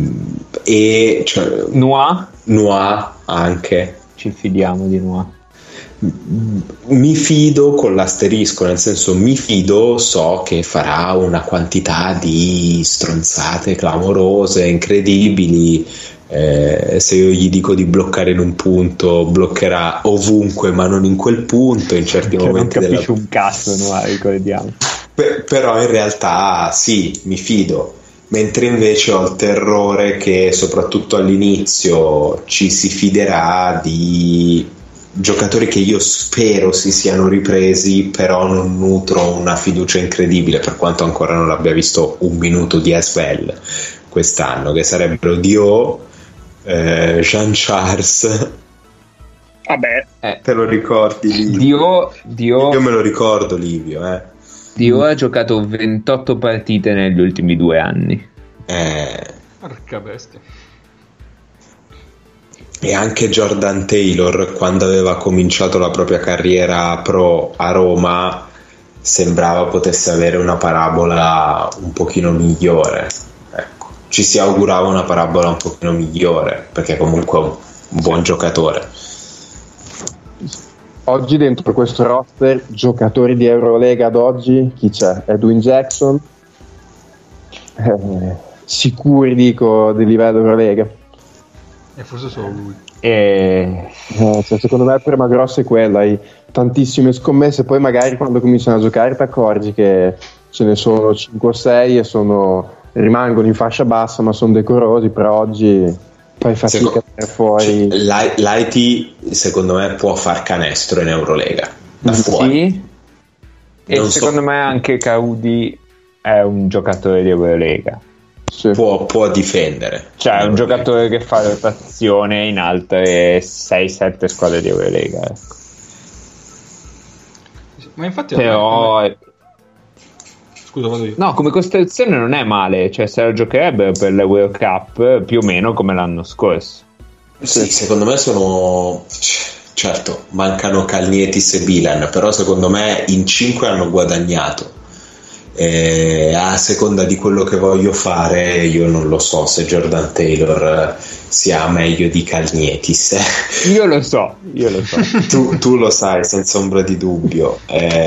cioè, Noah anche. Ci fidiamo di Noah. Mi fido con l'asterisco, nel senso mi fido, so che farà una quantità di stronzate clamorose, incredibili, se io gli dico di bloccare in un punto bloccherà ovunque ma non in quel punto, in certi momenti non capisci un cazzo, no? Ricordiamo. Però in realtà sì, mi fido, mentre invece ho il terrore che soprattutto all'inizio ci si fiderà di giocatori che io spero si siano ripresi, però non nutro una fiducia incredibile, per quanto ancora non abbia visto un minuto di ASVEL quest'anno, che sarebbero Diot, Jean Charles. Vabbè, te lo ricordi, Livio? Dio io me lo ricordo, Livio. Dio ha giocato 28 partite negli ultimi 2 anni. Porca bestia. E anche Jordan Taylor, quando aveva cominciato la propria carriera pro a Roma, sembrava potesse avere una parabola un pochino migliore. Ecco, ci si augurava una parabola un pochino migliore, perché comunque è un buon giocatore. Oggi dentro questo roster, giocatori di Eurolega ad oggi, chi c'è? Edwin Jackson, sicuri, dico, di livello Eurolega. E forse solo lui. Cioè, secondo me il problema grosso è quello, hai tantissime scommesse, poi magari quando cominciano a giocare ti accorgi che ce ne sono 5 o 6 e rimangono in fascia bassa ma sono decorosi, però oggi fai fatica a tirare fuori. L'IT secondo me può far canestro in Eurolega da fuori. Sì. E secondo me anche Caudi è un giocatore di Eurolega. Sì. Può difendere, cioè è un giocatore che fa rotazione in altre 6-7 squadre di Eurolega, ecco. Ma infatti però scusa, vado io. No, come costruzione non è male, cioè se lo giocherebbero per la World Cup più o meno come l'anno scorso. Sì, secondo me certo, mancano Kalnietis e Bilan, però secondo me in 5 hanno guadagnato. A seconda di quello che voglio fare, io non lo so se Jordan Taylor sia meglio di Kalnietis. Io lo so. tu lo sai senza ombra di dubbio.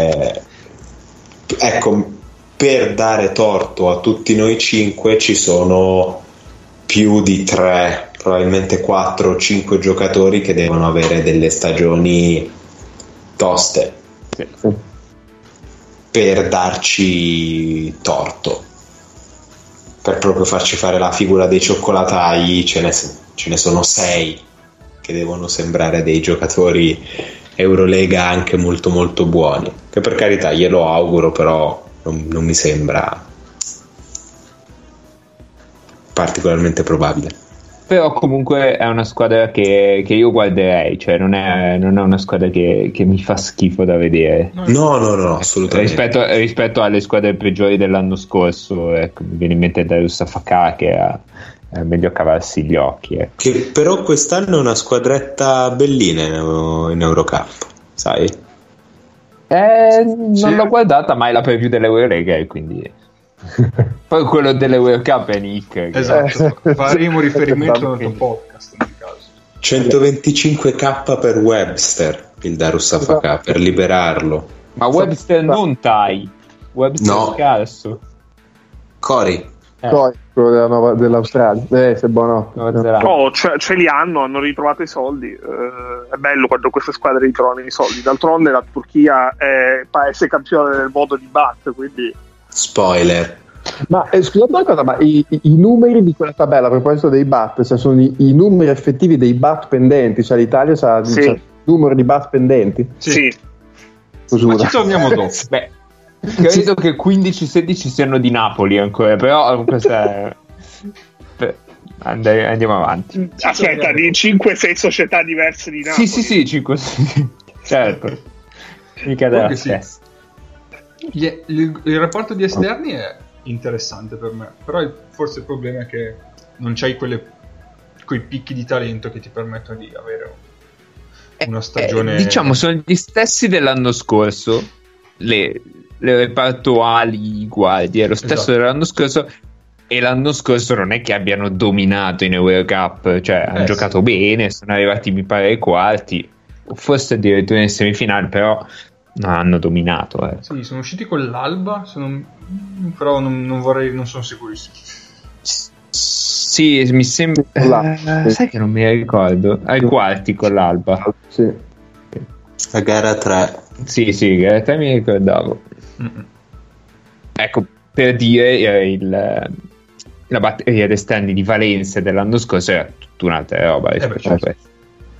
Ecco, per dare torto a tutti noi 5 ci sono più di 3, probabilmente 4 o 5 giocatori che devono avere delle stagioni toste. Sì. Per darci torto, per proprio farci fare la figura dei cioccolatai, ce ne sono 6 che devono sembrare dei giocatori Eurolega anche molto molto buoni, che per carità glielo auguro, però non mi sembra particolarmente probabile. Però comunque è una squadra che io guarderei, cioè non è una squadra che mi fa schifo da vedere. No, assolutamente. Rispetto alle squadre peggiori dell'anno scorso, ecco, mi viene in mente Darius Afaka che è meglio cavarsi gli occhi. Ecco. Che però quest'anno è una squadretta bellina in Eurocup, sai? Non l'ho guardata mai la preview dell'Eurolega, quindi... Poi quello dell'Eurocup è Nick. Esatto, faremo riferimento al tuo podcast nel caso. 125k per Webster, il Darus Afaka, per liberarlo. Ma Webster non Tai, Webster no. Scarso. Cori. Quello dell'Australia. Se buono. No, ce li hanno ritrovato i soldi. È bello quando queste squadre ritrovano i soldi. D'altronde la Turchia è paese campione del mondo di BAT, quindi... Spoiler. Ma scusate una cosa, ma i numeri di quella tabella a proposito dei BAT, cioè sono i numeri effettivi dei BAT pendenti, cioè l'Italia c'ha il numero di BAT pendenti? Sì. Ma ci torniamo dopo. Beh, credo che 15-16 siano di Napoli ancora, però questa è... Andiamo avanti. Aspetta, di 5-6 società diverse di Napoli. Sì, 5-6. Certo. Mica della stessa. Il rapporto di esterni è interessante per me, però forse il problema è che non c'hai quei picchi di talento che ti permettono di avere una stagione. Diciamo sono gli stessi dell'anno scorso, le reparto ali guardie è lo stesso dell'anno scorso, e l'anno scorso non è che abbiano dominato in Eurocup, cioè hanno giocato bene, sono arrivati mi pare ai quarti, forse addirittura in semifinale, però non hanno dominato. Sì, sono usciti con l'Alba, però non sono sicurissimo. Sì, mi sembra. Sai che non mi ricordo. Ai quarti con l'Alba. Sì. La gara 3. Sì, gara 3 mi ricordavo. Ecco, per dire la batteria d'esterni di Valencia dell'anno scorso era tutta un'altra roba rispetto a questo.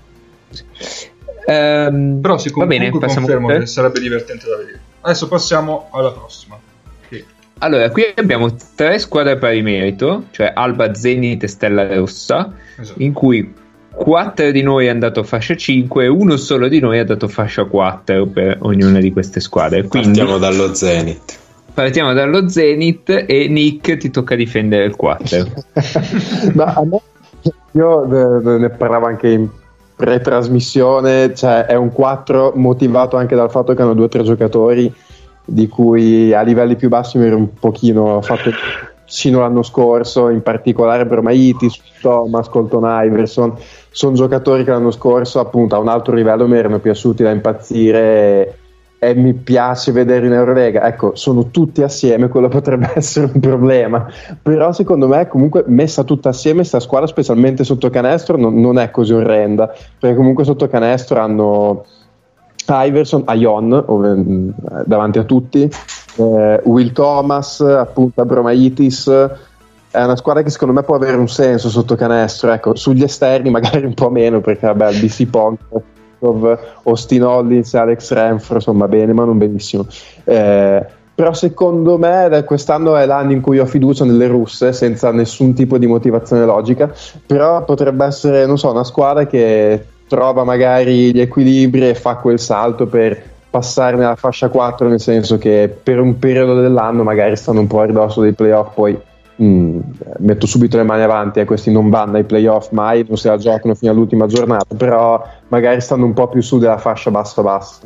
Però sì, comunque confermo che sarebbe divertente da vedere. Adesso passiamo alla prossima. Allora, qui abbiamo 3 squadre pari merito, cioè Alba, Zenit e Stella Rossa, in cui 4 di noi hanno dato fascia 5 e uno solo di noi ha dato fascia 4 per ognuna di queste squadre. Quindi partiamo dallo Zenit e Nick, ti tocca difendere il 4. Ma a me, io ne parlavo anche in pre-trasmissione, cioè è un 4 motivato anche dal fatto che hanno 2 o 3 giocatori di cui a livelli più bassi mi ero un pochino fatto vicino l'anno scorso, in particolare Bromaitis, Thomas, Colton Iverson. Sono giocatori che l'anno scorso appunto a un altro livello mi erano piaciuti da impazzire e mi piace vedere in Eurolega, ecco, sono tutti assieme, quello potrebbe essere un problema, però secondo me comunque messa tutta assieme sta squadra, specialmente sotto canestro, non è così orrenda, perché comunque sotto canestro hanno Iverson, Ion davanti a tutti, Will Thomas, appunto Abromaitis. È una squadra che secondo me può avere un senso sotto canestro, ecco, sugli esterni magari un po' meno, perché vabbè, il BC Pong, Austin Hollins, Alex Renfro, insomma bene ma non benissimo, però secondo me quest'anno è l'anno in cui ho fiducia nelle russe senza nessun tipo di motivazione logica, però potrebbe essere, non so, una squadra che trova magari gli equilibri e fa quel salto per passare nella fascia 4, nel senso che per un periodo dell'anno magari stanno un po' a ridosso dei playoff, poi metto subito le mani avanti, questi non vanno ai playoff mai, non se la giocano fino all'ultima giornata, però magari stanno un po' più su della fascia bassa.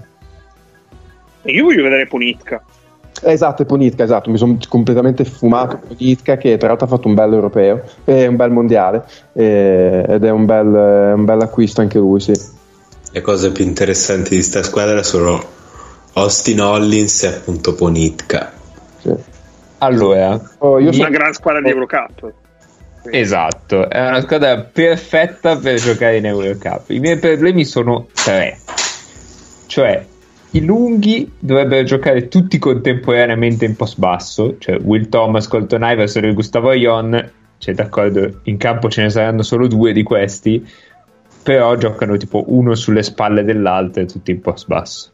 E io voglio vedere Ponitka. Esatto, mi sono completamente fumato Ponitka, che tra l'altro ha fatto un bel europeo e un bel mondiale, ed è un bel acquisto anche lui, sì. Le cose più interessanti di sta squadra sono Austin Hollins e appunto Ponitka. Sì. Allora, una gran squadra di Eurocup. Esatto, è una squadra perfetta per giocare in Eurocup. I miei problemi sono 3, cioè i lunghi dovrebbero giocare tutti contemporaneamente in post basso, cioè Will Thomas, Colton Iverson e Gustavo Ion, cioè d'accordo, in campo ce ne saranno solo 2 di questi, però giocano tipo uno sulle spalle dell'altro e tutti in post basso.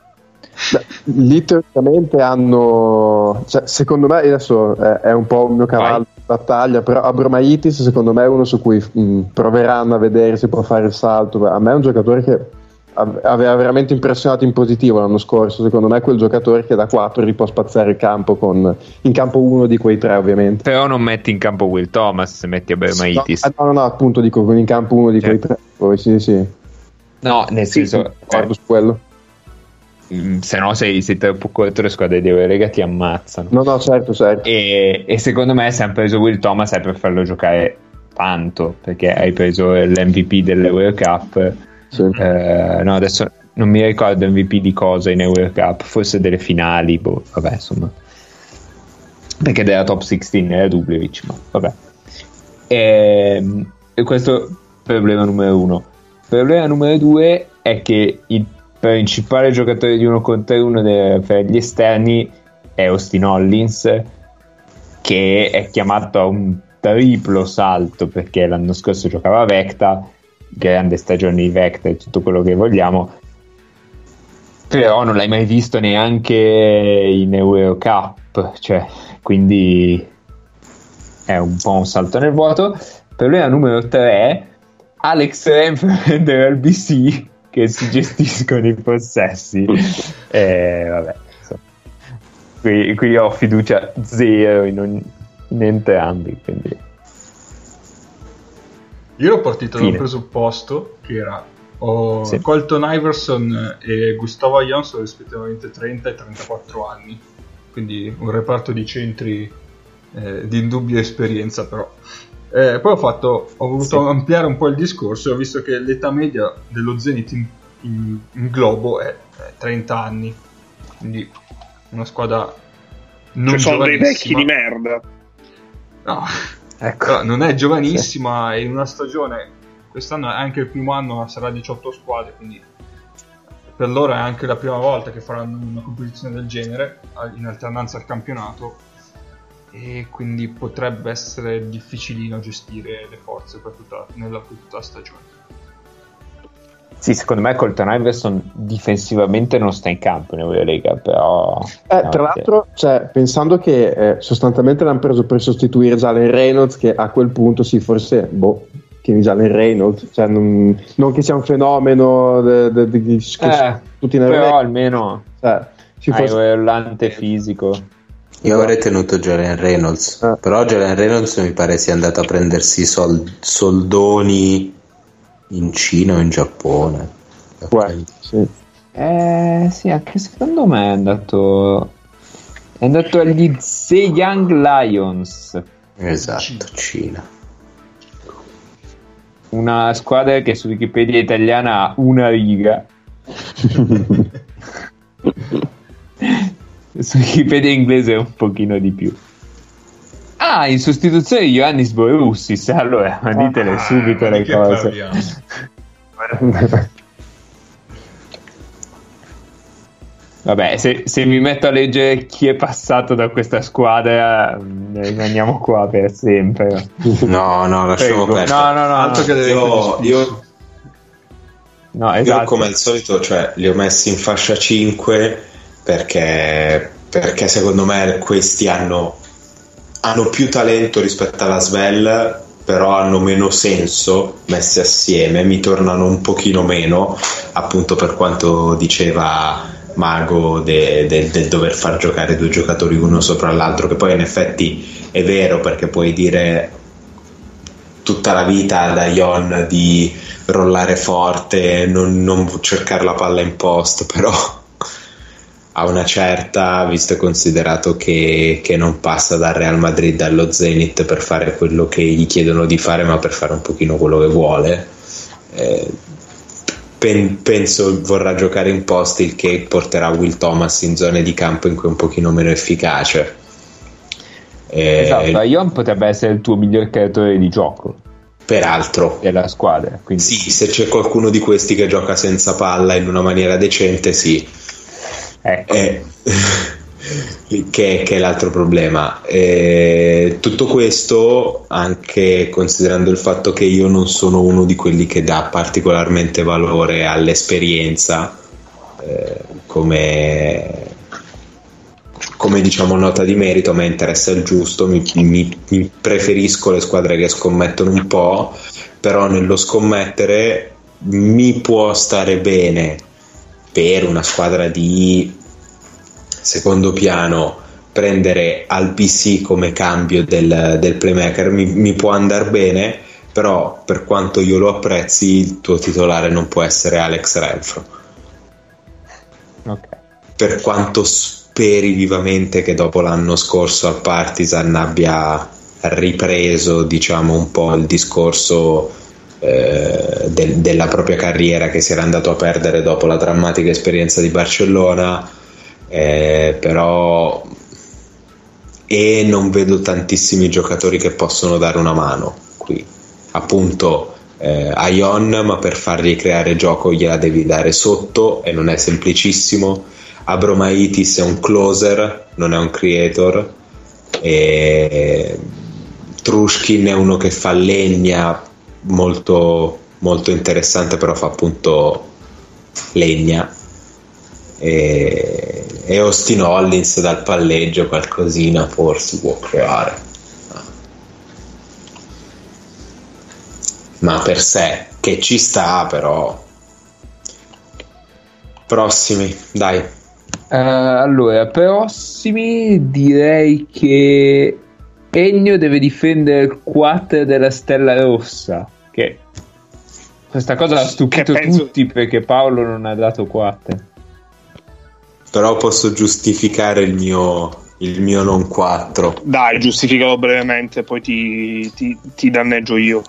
Lì teoricamente hanno, cioè, secondo me adesso è un po' un mio cavallo di battaglia, però Abromaitis secondo me è uno su cui proveranno a vedere se può fare il salto. A me è un giocatore che aveva veramente impressionato in positivo l'anno scorso, secondo me è quel giocatore che da 4 li può spazzare il campo in campo uno di quei 3 ovviamente. Però non metti in campo Will Thomas se metti Abromaitis. No, appunto dico in campo uno di quei 3, poi sì. No, nel senso, guardo su quello. Se no sei troppo corto, le squadre di Eurolega ti ammazzano. No, certo. E secondo me se hanno preso Will Thomas è per farlo giocare tanto, perché hai preso l'MVP dell'Eurocup. Sì. No, adesso non mi ricordo MVP di cosa in Eurocup, forse delle finali, vabbè, insomma, perché della top 16 era Dubljevic, ma vabbè. E questo problema numero 1. Problema numero 2 è che il principale giocatore di 1 contro 1 per gli esterni è Austin Hollins, che è chiamato a un triplo salto perché l'anno scorso giocava a Vecta, grande stagione di Vecta e tutto quello che vogliamo, però non l'hai mai visto neanche in Eurocup, cioè, quindi è un po' un salto nel vuoto. Problema numero 3, Alex Renfro dell'LBC, che si gestiscono i possessi, vabbè, insomma. Qui ho fiducia zero in entrambi, quindi io ero partito da un presupposto che era Colton Iverson e Gustavo Ion sono rispettivamente 30 e 34 anni, quindi un reparto di centri di indubbia esperienza, però poi ho voluto ampliare un po' il discorso e ho visto che l'età media dello Zenit in globo è 30 anni, quindi una squadra non sono dei vecchi giovanissima. di merda. No, ecco. Però non è giovanissima, e in una stagione, quest'anno è anche il primo anno, sarà 18 squadre, quindi per loro è anche la prima volta che faranno una competizione del genere in alternanza al campionato, e quindi potrebbe essere difficilino gestire le forze per tutta la stagione. Sì, secondo me Colton Iverson difensivamente non sta in campo in Eurolega, però tra l'altro, cioè, pensando che sostanzialmente l'hanno preso per sostituire Jalen Reynolds, che a quel punto sì, forse che Jalen Reynolds, cioè, non che sia un fenomeno tutti in però almeno fosse volante fisico. Io avrei tenuto Jalen Reynolds, però Jalen Reynolds mi pare sia andato a prendersi soldoni in Cina o in Giappone. Sì, anche secondo me è andato agli Zhejiang Lions. Esatto, Cina. Una squadra che su Wikipedia italiana ha una riga. Su Wikipedia inglese un pochino di più. In sostituzione di Ioannis Boussis, allora ditele subito le cose. Vabbè, se mi metto a leggere chi è passato da questa squadra, rimaniamo qua per sempre. No, lasciamo perdere. No. Altro che io esatto. come al solito, cioè, li ho messi in fascia 5 perché secondo me questi hanno più talento rispetto alla Svel, però hanno meno senso messi assieme, mi tornano un pochino meno, appunto per quanto diceva Mago del dover far giocare due giocatori uno sopra l'altro, che poi in effetti è vero, perché puoi dire tutta la vita da Ion di rollare forte, non cercare la palla in post, però a una certa, visto e considerato che non passa dal Real Madrid allo Zenit per fare quello che gli chiedono di fare, ma per fare un pochino quello che vuole, penso vorrà giocare in post, il che porterà Will Thomas in zone di campo in cui è un pochino meno efficace. Esatto, Ion potrebbe essere il tuo miglior creatore di gioco, peraltro, della squadra, quindi. Sì, se c'è qualcuno di questi che gioca senza palla in una maniera decente, sì. Ecco. Che è l'altro problema. Tutto questo anche considerando il fatto che io non sono uno di quelli che dà particolarmente valore all'esperienza, come diciamo nota di merito. A me interessa il giusto, mi preferisco le squadre che scommettono un po', però nello scommettere mi può stare bene per una squadra di secondo piano prendere al PC come cambio del playmaker, mi può andare bene, però per quanto io lo apprezzi, il tuo titolare non può essere Alex Renfro. Okay. Per quanto speri vivamente che dopo l'anno scorso al Partizan abbia ripreso, diciamo, un po' il discorso della propria carriera che si era andato a perdere dopo la drammatica esperienza di Barcellona, però non vedo tantissimi giocatori che possono dare una mano qui, appunto. A Ion, ma per fargli creare gioco gliela devi dare sotto e non è semplicissimo. Abromaitis è un closer, non è un creator, e Trushkin è uno che fa legna, molto, molto interessante, però fa appunto legna, e Austin Hollins dal palleggio qualcosina forse può creare, ma per sé che ci sta. Però prossimi, dai. Allora, prossimi direi che Ennio deve difendere il 4 della Stella Rossa, che questa cosa ha stupito tutti perché Paolo non ha dato 4. Però posso giustificare il mio non 4. Dai, giustificalo brevemente, poi ti danneggio io.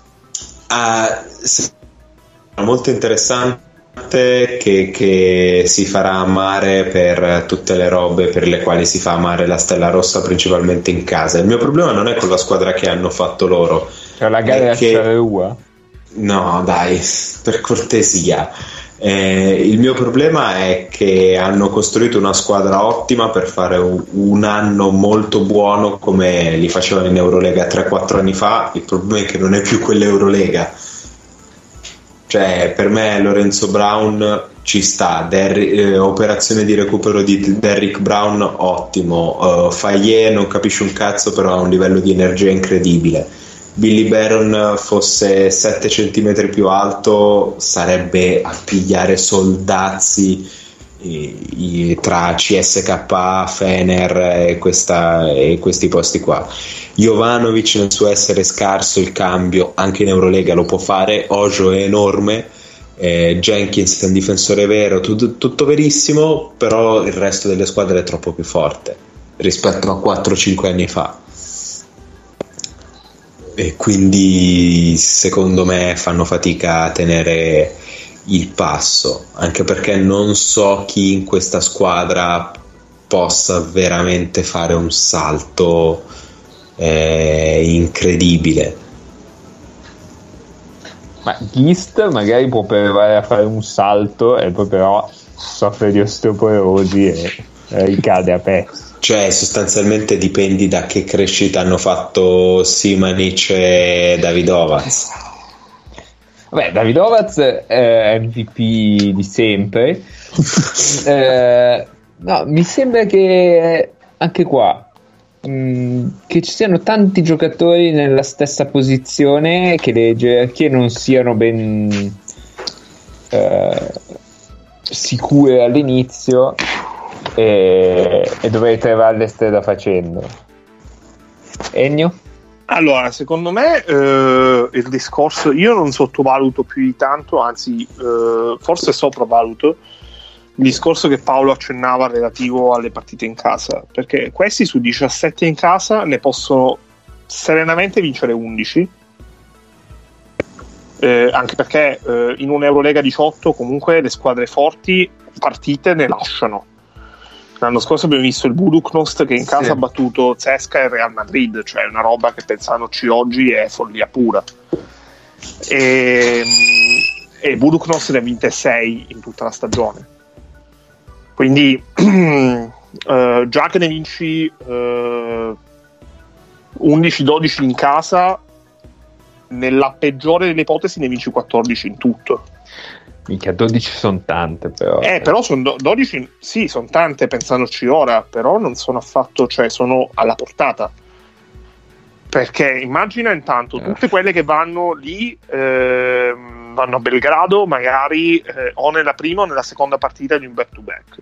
Molto interessante, che si farà amare per tutte le robe per le quali si fa amare la Stella Rossa, principalmente in casa. Il mio problema non è con la squadra che hanno fatto loro, cioè la gara a Charleroi. No, dai, per cortesia. Il mio problema è che hanno costruito una squadra ottima per fare un anno molto buono come li facevano in Eurolega 3-4 anni fa. Il problema è che non è più quell'Eurolega. Cioè, per me Lorenzo Brown ci sta, operazione di recupero di Derrick Brown ottimo, Faye non capisce un cazzo però ha un livello di energia incredibile. Billy Baron fosse 7 centimetri più alto sarebbe a pigliare soldazzi tra CSKA, Fener e questi posti qua. Jovanovic nel suo essere scarso il cambio anche in Eurolega lo può fare. Ojo è enorme, Jenkins è un difensore vero, tutto verissimo, però il resto delle squadre è troppo più forte rispetto a 4-5 anni fa, e quindi secondo me fanno fatica a tenere il passo, anche perché non so chi in questa squadra possa veramente fare un salto incredibile. Ma Ghist magari può provare a fare un salto e poi però soffre di osteoporosi e ricade a pezzi. Cioè sostanzialmente dipendi da che crescita hanno fatto Simanic e Davidovaz. Vabbè, Davidovaz è MVP di sempre. No, mi sembra che anche qua che ci siano tanti giocatori nella stessa posizione, che le gerarchie non siano ben sicure all'inizio e dovrei trovare le strada facendo. Ennio? Allora, secondo me il discorso, io non sottovaluto più di tanto, anzi forse sopravvaluto il discorso che Paolo accennava relativo alle partite in casa, perché questi su 17 in casa ne possono serenamente vincere 11, anche perché in un'Eurolega 18 comunque le squadre forti partite ne lasciano. L'anno scorso abbiamo visto il Budućnost che in casa ha battuto CSKA e Real Madrid, cioè una roba che pensandoci oggi è follia pura, e Budućnost ne ha vinte 6 in tutta la stagione, quindi già che ne vinci 11-12 in casa, nella peggiore delle ipotesi ne vinci 14 in tutto. Minchia, 12 sono tante, però. Però sono 12, sì, sono tante pensandoci ora, però non sono affatto, cioè sono alla portata. Perché immagina intanto tutte quelle che vanno lì, vanno a Belgrado, magari o nella prima o nella seconda partita di un back-to-back.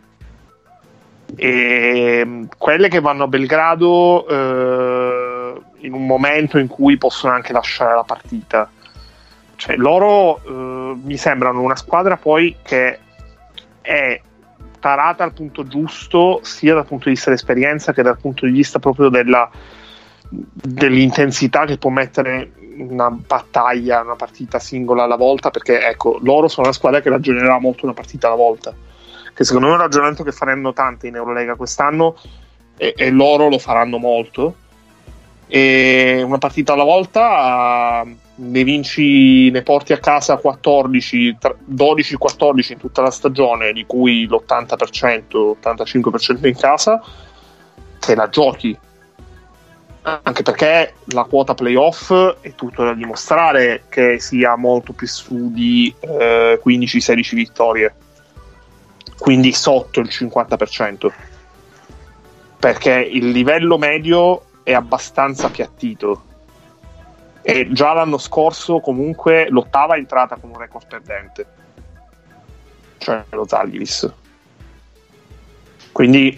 E quelle che vanno a Belgrado in un momento in cui possono anche lasciare la partita. Cioè, loro mi sembrano una squadra poi che è tarata al punto giusto, sia dal punto di vista dell'esperienza che dal punto di vista proprio dell'intensità che può mettere una battaglia, una partita singola alla volta, perché ecco, loro sono una squadra che ragionerà molto una partita alla volta, che secondo me è un ragionamento che faranno tante in Eurolega quest'anno, e loro lo faranno molto. E una partita alla volta ne porti a casa 14, 12-14 in tutta la stagione, di cui l'80%, 85% in casa, te la giochi, anche perché la quota playoff è tutto da dimostrare che sia molto più su di 15-16 vittorie, quindi sotto il 50%, perché il livello medio è abbastanza appiattito, e già l'anno scorso comunque l'ottava è entrata con un record perdente, cioè lo Zalgiris, quindi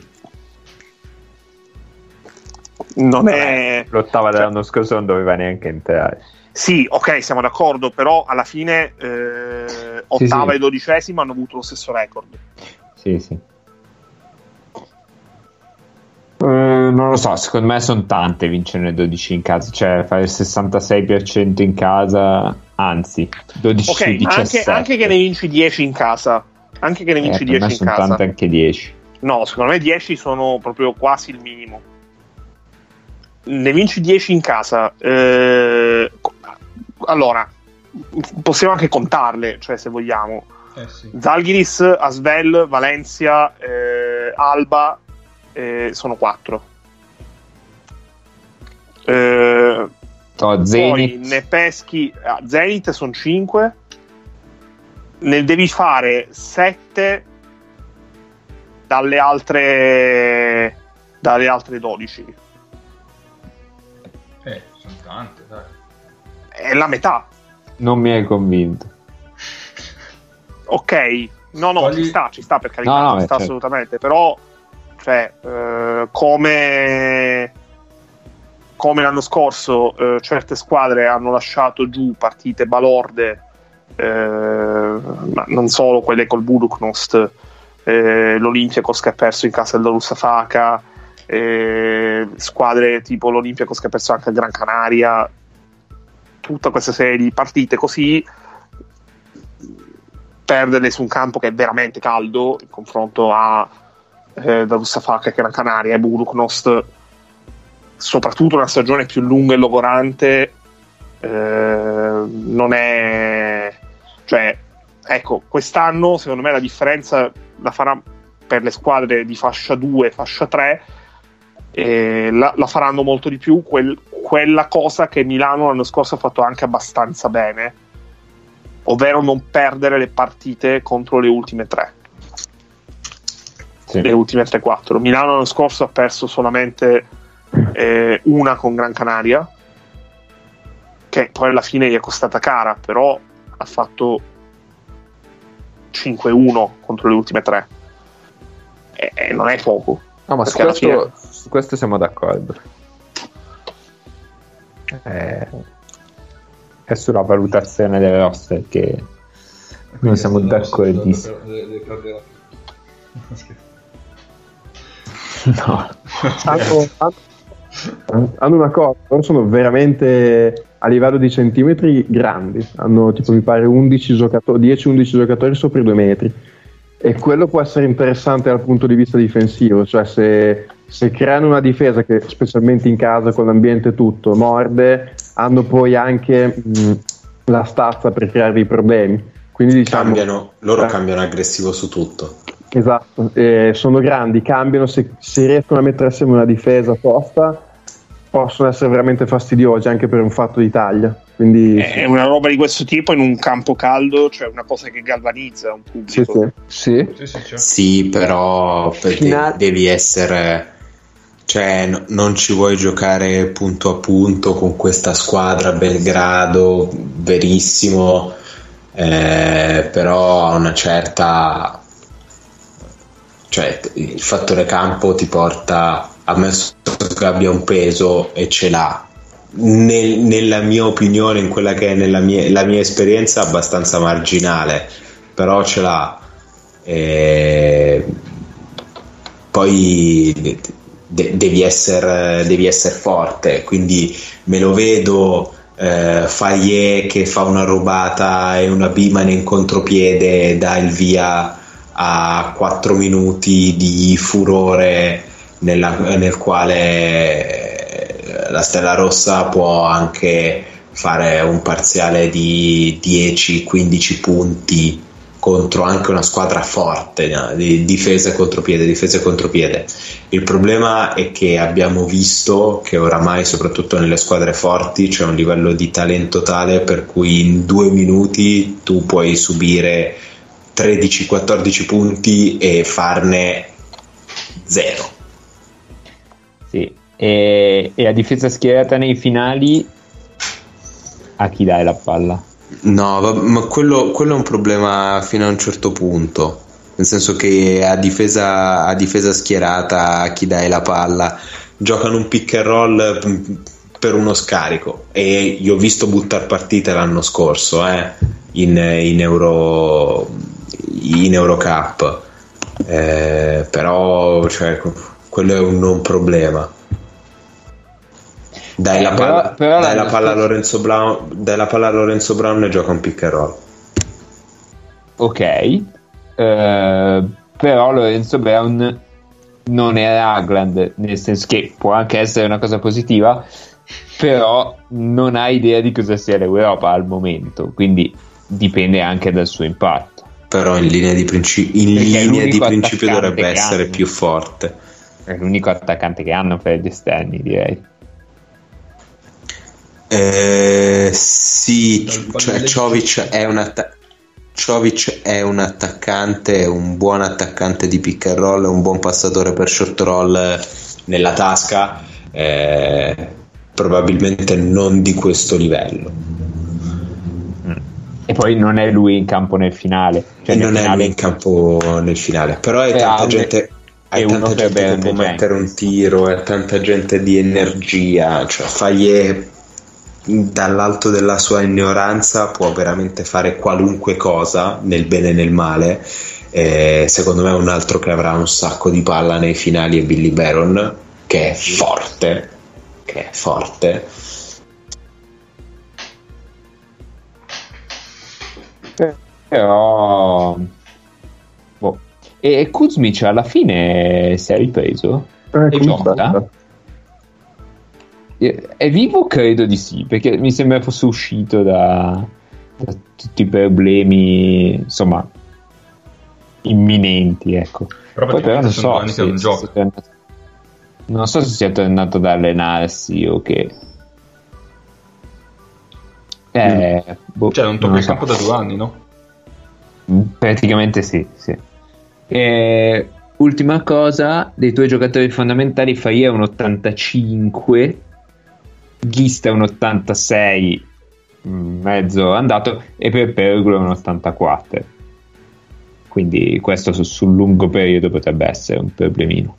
non è l'ottava dell'anno scorso non doveva neanche entrare. Sì, ok, siamo d'accordo, però alla fine ottava sì. e dodicesima hanno avuto lo stesso record. Sì. Non lo so, secondo me sono tante vincere 12 in casa, cioè fare il 66% in casa, anzi 12 su 17. Anche che ne vinci 10 in casa, anche che ne vinci 10 in sono casa. Tante anche 10. No, secondo me 10 sono proprio quasi il minimo. Ne vinci 10 in casa, allora possiamo anche contarle, cioè se vogliamo. Sì. Zalgiris, Asvel, Valencia, Alba, sono 4. Zenit. Poi ne peschi Zenit sono 5, ne devi fare 7 dalle altre 12. Sono tante, dai. È la metà. Non mi hai convinto. Ok, no, Togli... ci sta per carità, ci sta certo. assolutamente, però cioè come l'anno scorso certe squadre hanno lasciato giù partite balorde, ma non solo quelle col Budućnost, l'Olympiakos che ha perso in casa del Darussafaka, squadre tipo l'Olympiakos che ha perso anche a Gran Canaria, tutta questa serie di partite così, perderle su un campo che è veramente caldo in confronto a Darussafac e Gran Canaria, e Budućnost, soprattutto una stagione più lunga e logorante, non è, cioè, ecco, quest'anno secondo me la differenza la farà per le squadre di fascia 2 e fascia 3, la faranno molto di più quella cosa che Milano l'anno scorso ha fatto anche abbastanza bene, ovvero non perdere le partite contro le ultime 3. Sì. Le ultime 3-4. Milano l'anno scorso ha perso solamente una con Gran Canaria, che poi alla fine gli è costata cara, però ha fatto 5-1 contro le ultime 3, e non è poco. No, ma su questo siamo d'accordo. È sulla valutazione delle roster che non siamo d'accordissimo. No. Hanno una cosa, loro sono veramente a livello di centimetri grandi, hanno tipo mi pare 10-11 giocatori sopra i 2 metri, e quello può essere interessante dal punto di vista difensivo, cioè se creano una difesa che specialmente in casa con l'ambiente tutto morde, hanno poi anche la stazza per creare dei problemi, quindi diciamo cambiano aggressivo su tutto. Esatto, sono grandi, cambiano, se riescono a mettere assieme una difesa tosta possono essere veramente fastidiosi anche per un fatto di taglia. Quindi è una roba di questo tipo in un campo caldo, cioè una cosa che galvanizza un pubblico. Sì, però devi essere, cioè non ci vuoi giocare punto a punto con questa squadra. Belgrado, verissimo, però a una certa, cioè il fattore campo ti porta, ammesso che abbia un peso, e ce l'ha, nella mia opinione, in quella che è la mia esperienza abbastanza marginale, però ce l'ha. Poi devi essere forte, quindi me lo vedo Fayet che fa una rubata e una Biman in contropiede dà il via a 4 minuti di furore nel quale la Stella Rossa può anche fare un parziale di 10-15 punti contro anche una squadra forte, no? Di difesa e contropiede. Il problema è che abbiamo visto che oramai, soprattutto nelle squadre forti, c'è un livello di talento tale per cui in 2 minuti tu puoi subire 13-14 punti e farne 0. Sì, e a difesa schierata nei finali a chi dai la palla? No, ma quello è un problema fino a un certo punto, nel senso che a difesa schierata a chi dai la palla giocano un pick and roll per uno scarico, e io ho visto buttare partite l'anno scorso in Eurocup, però cioè, quello è un non problema. Dai la palla a Lorenzo Brown e gioca un pick and roll. Ok, però Lorenzo Brown non è Ragland, nel senso che può anche essere una cosa positiva, però non ha idea di cosa sia l'Europa al momento, quindi dipende anche dal suo impatto. Però in linea di principio dovrebbe essere più forte. È l'unico attaccante che hanno per gli esterni, direi. Sì, cioè Čović è un attaccante, un buon attaccante di pick and roll, un buon passatore per short roll nella tasca, probabilmente non di questo livello. E poi non è lui in campo nel finale, cioè non è lui in campo nel finale, però hai tanta gente. Hai tanta gente che può mettere un tiro, hai tanta gente di energia, cioè Fayet dall'alto della sua ignoranza può veramente fare qualunque cosa, nel bene e nel male. Secondo me un altro che avrà un sacco di palla nei finali è Billy Baron, che è forte, però E Kuzmic alla fine si è ripreso e gioca. È vivo? Credo di sì, perché mi sembra fosse uscito da tutti i problemi, insomma, imminenti, ecco. Poi però non so se non so se sia tornato ad allenarsi o che cioè non tocca il campo da 2 anni, no? Praticamente sì. Ultima cosa, dei tuoi giocatori fondamentali, Faia è un 85, Ghista è un 86 mezzo andato e per Pergulo è un 84, quindi questo sul lungo periodo potrebbe essere un problemino.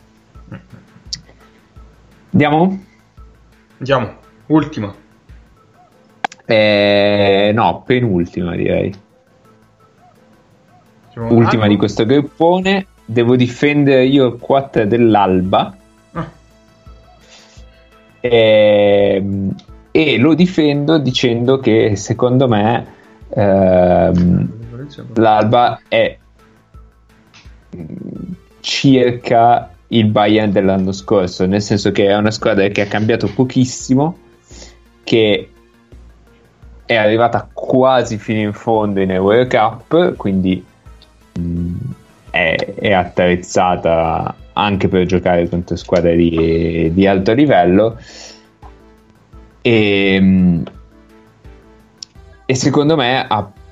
Andiamo? Ultima. No, penultima direi. Ultima di questo gruppone. Devo difendere io il 4 dell'Alba e lo difendo dicendo che secondo me l'Alba è circa il Bayern dell'anno scorso, nel senso che è una squadra che ha cambiato pochissimo, che è arrivata quasi fino in fondo in Euro Cup, quindi è attrezzata anche per giocare contro squadre di alto livello e secondo me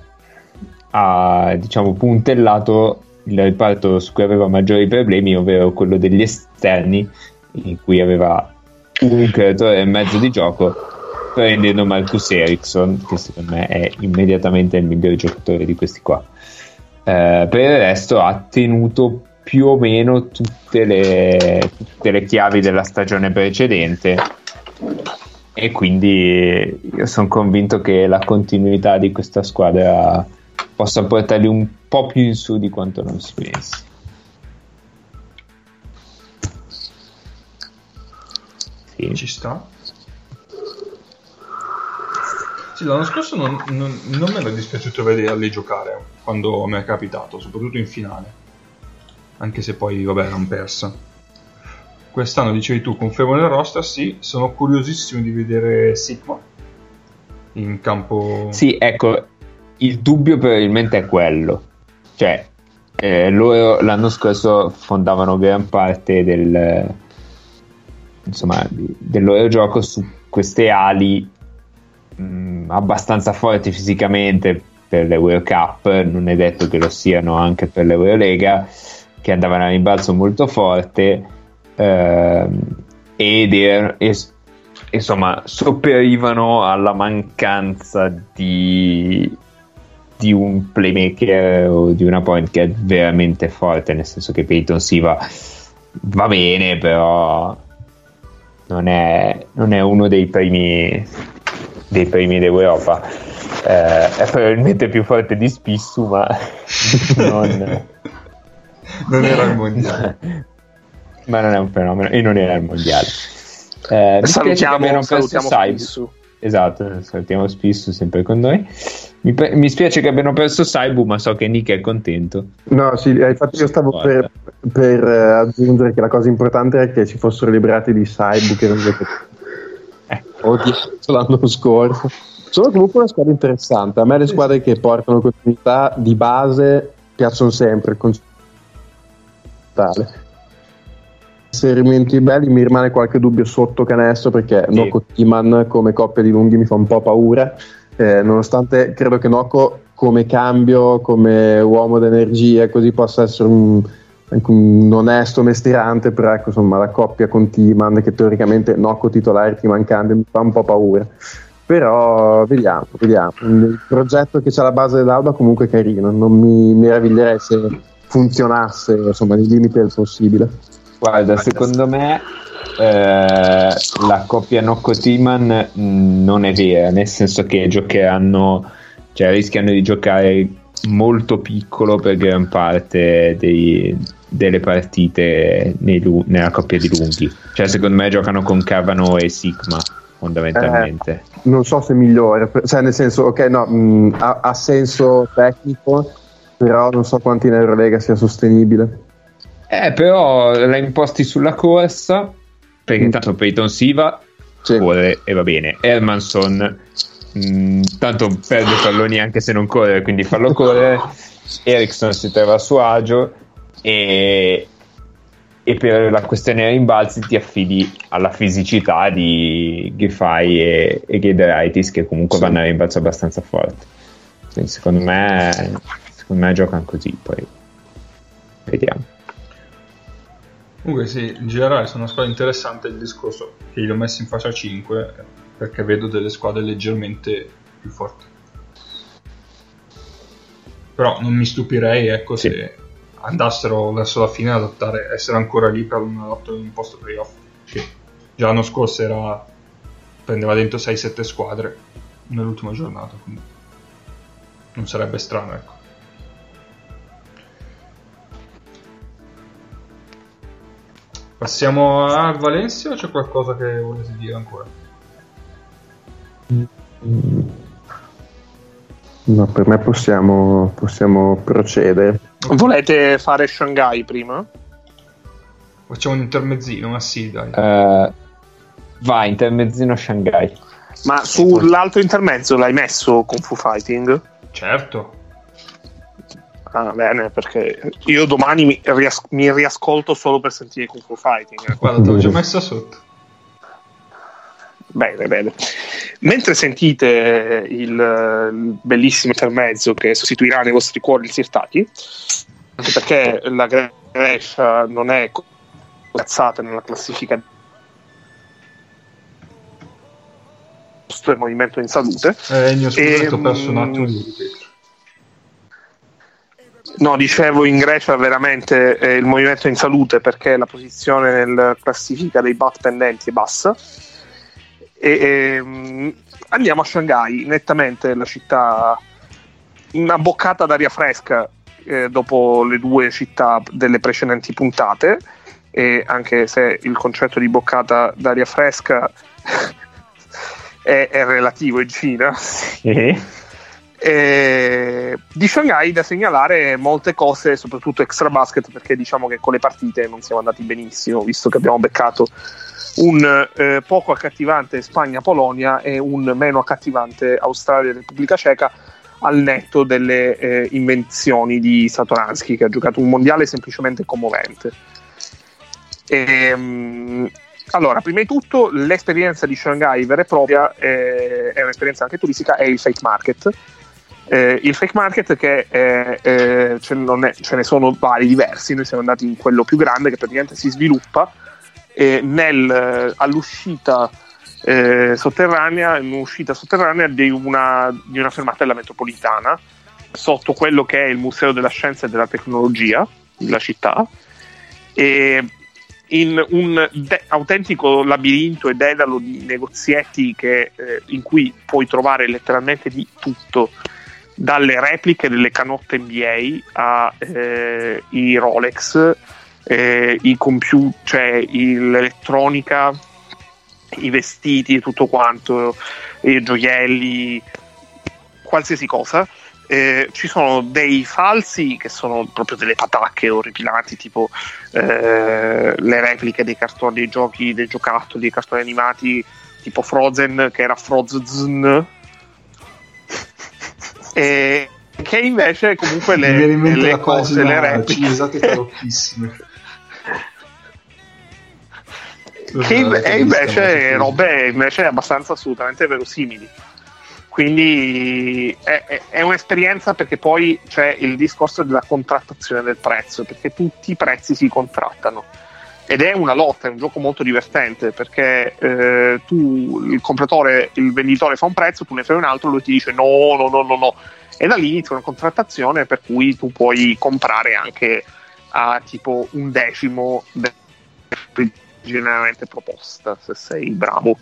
ha diciamo puntellato il reparto su cui aveva maggiori problemi, ovvero quello degli esterni, in cui aveva un creatore e mezzo di gioco, prendendo Marcus Ericsson, che secondo me è immediatamente il migliore giocatore di questi qua. Per il resto ha tenuto più o meno tutte le chiavi della stagione precedente, e quindi io sono convinto che la continuità di questa squadra possa portarli un po' più in su di quanto non si pensi. Sì. Ci sta. Sì, l'anno scorso non mi era dispiaciuto vederli giocare quando mi è capitato, soprattutto in finale, anche se poi vabbè l'hanno persa. Quest'anno dicevi tu, confermo nel roster, sì, sono curiosissimo di vedere Sigma in campo. Sì, ecco, il dubbio probabilmente è quello, cioè loro l'anno scorso fondavano gran parte del loro gioco su queste ali abbastanza forti fisicamente per l'Euro Cup, non è detto che lo siano anche per l'Eurolega, che andavano a rimbalzo molto forte insomma sopperivano alla mancanza di un playmaker o di una point che è veramente forte, nel senso che Peyton Siva va bene, però non è uno dei primi d'Europa. È probabilmente più forte di Spissu, ma non era il mondiale. Ma non è un fenomeno, e non era il mondiale. Salutiamo Spissu. Esatto, salutiamo Spissu sempre con noi. Mi spiace che abbiano perso Saibu, ma so che Nick è contento. No, sì, infatti io stavo per aggiungere che la cosa importante è che ci fossero liberati di Saibu, che non l'anno scorso. Sono comunque una squadra interessante. A me le squadre che portano continuità di base piacciono sempre. Inserimenti belli, mi rimane qualche dubbio sotto canestro, perché sì. Noko Timan come coppia di lunghi mi fa un po' paura, nonostante credo che Noko come cambio, come uomo d'energia così possa essere un onesto mestierante, però ecco, insomma, la coppia con Timan, che teoricamente Noko titolare, Timan cambio, mi fa un po' paura. Però vediamo. Il progetto che c'è alla base dell'Alba comunque è carino, non mi meraviglierei se funzionasse, insomma, nei limiti del possibile. Guarda, secondo me la coppia Nocco-Timan non è vera, nel senso che giocheranno, cioè rischiano di giocare molto piccolo per gran parte delle partite nella coppia di lunghi. Cioè secondo me giocano con Cavano e Sigma fondamentalmente. Non so se migliore, cioè nel senso, ok, no, ha senso tecnico, Però non so quanti in Eurolega sia sostenibile. Però la imposti sulla corsa, perché intanto Peyton Siva corre e va bene. Hermanson tanto perde palloni anche se non corre, quindi fallo correre. Eriksson si trova a suo agio e per la questione rimbalzi ti affidi alla fisicità di Giffey e Giedraitis, che comunque vanno a rimbalzo abbastanza forte. Quindi secondo me giocano così, poi vediamo. Comunque sì, in generale sono una squadra interessante. Il discorso che li ho messi in fascia 5 perché vedo delle squadre leggermente più forti, però non mi stupirei, ecco, se andassero verso la fine ad essere ancora lì per una lotta in un posto playoff, che già l'anno scorso prendeva dentro 6-7 squadre nell'ultima giornata, quindi non sarebbe strano, ecco. Passiamo a Valencia o c'è qualcosa che volete dire ancora? No, per me possiamo procedere. Volete fare Shanghai prima? Facciamo un intermezzino, ma sì, dai. Vai, intermezzino Shanghai. Ma sull'altro intermezzo l'hai messo Kung Fu Fighting? Certo. Ah, bene, perché io domani mi riascolto solo per sentire Kung Fu Fighting. Guarda, te l'ho già messa sotto. Bene. Mentre sentite il bellissimo intermezzo che sostituirà nei vostri cuori il Sirtaki, anche perché la Grecia non è cazzata nella classifica del movimento in salute. Ennio, scusa, ho perso un attimo di ripetere. No, dicevo, in Grecia veramente il movimento è in salute, perché la posizione nella classifica dei bat pendenti è bassa. Andiamo a Shanghai, nettamente la città, una boccata d'aria fresca dopo le due città delle precedenti puntate, e anche se il concetto di boccata d'aria fresca è relativo in Cina. Di Shanghai da segnalare molte cose, soprattutto extra basket, perché diciamo che con le partite non siamo andati benissimo, visto che abbiamo beccato un poco accattivante Spagna-Polonia e un meno accattivante Australia-Repubblica Ceca, al netto delle invenzioni di Satoransky, che ha giocato un mondiale semplicemente commovente. Allora, prima di tutto, l'esperienza di Shanghai vera e propria è un'esperienza anche turistica, è il Fake Market. Il Fake Market che ce ne sono vari diversi. Noi siamo andati in quello più grande, che praticamente si sviluppa all'uscita sotterranea, in un'uscita sotterranea di una fermata della metropolitana, sotto quello che è il Museo della Scienza e della Tecnologia della città, e in un autentico labirinto e dedalo di negozietti in cui puoi trovare letteralmente di tutto, dalle repliche delle canotte NBA ai Rolex, i computer, cioè l'elettronica, i vestiti, tutto quanto, i gioielli, qualsiasi cosa. Ci sono dei falsi che sono proprio delle patacche orripilanti, tipo le repliche dei cartoni, dei giochi, dei giocattoli, dei cartoni animati, tipo Frozen, che era Frozen, e che invece comunque le cose, le repliche usate carottissime, che invece robe invece abbastanza assolutamente verosimili. Quindi è un'esperienza, perché poi c'è il discorso della contrattazione del prezzo, perché tutti i prezzi si contrattano, ed è una lotta, è un gioco molto divertente, perché tu, il compratore, il venditore fa un prezzo, tu ne fai un altro, lui ti dice no, e da lì inizia una contrattazione per cui tu puoi comprare anche a tipo 1/10 generalmente proposta, se sei bravo.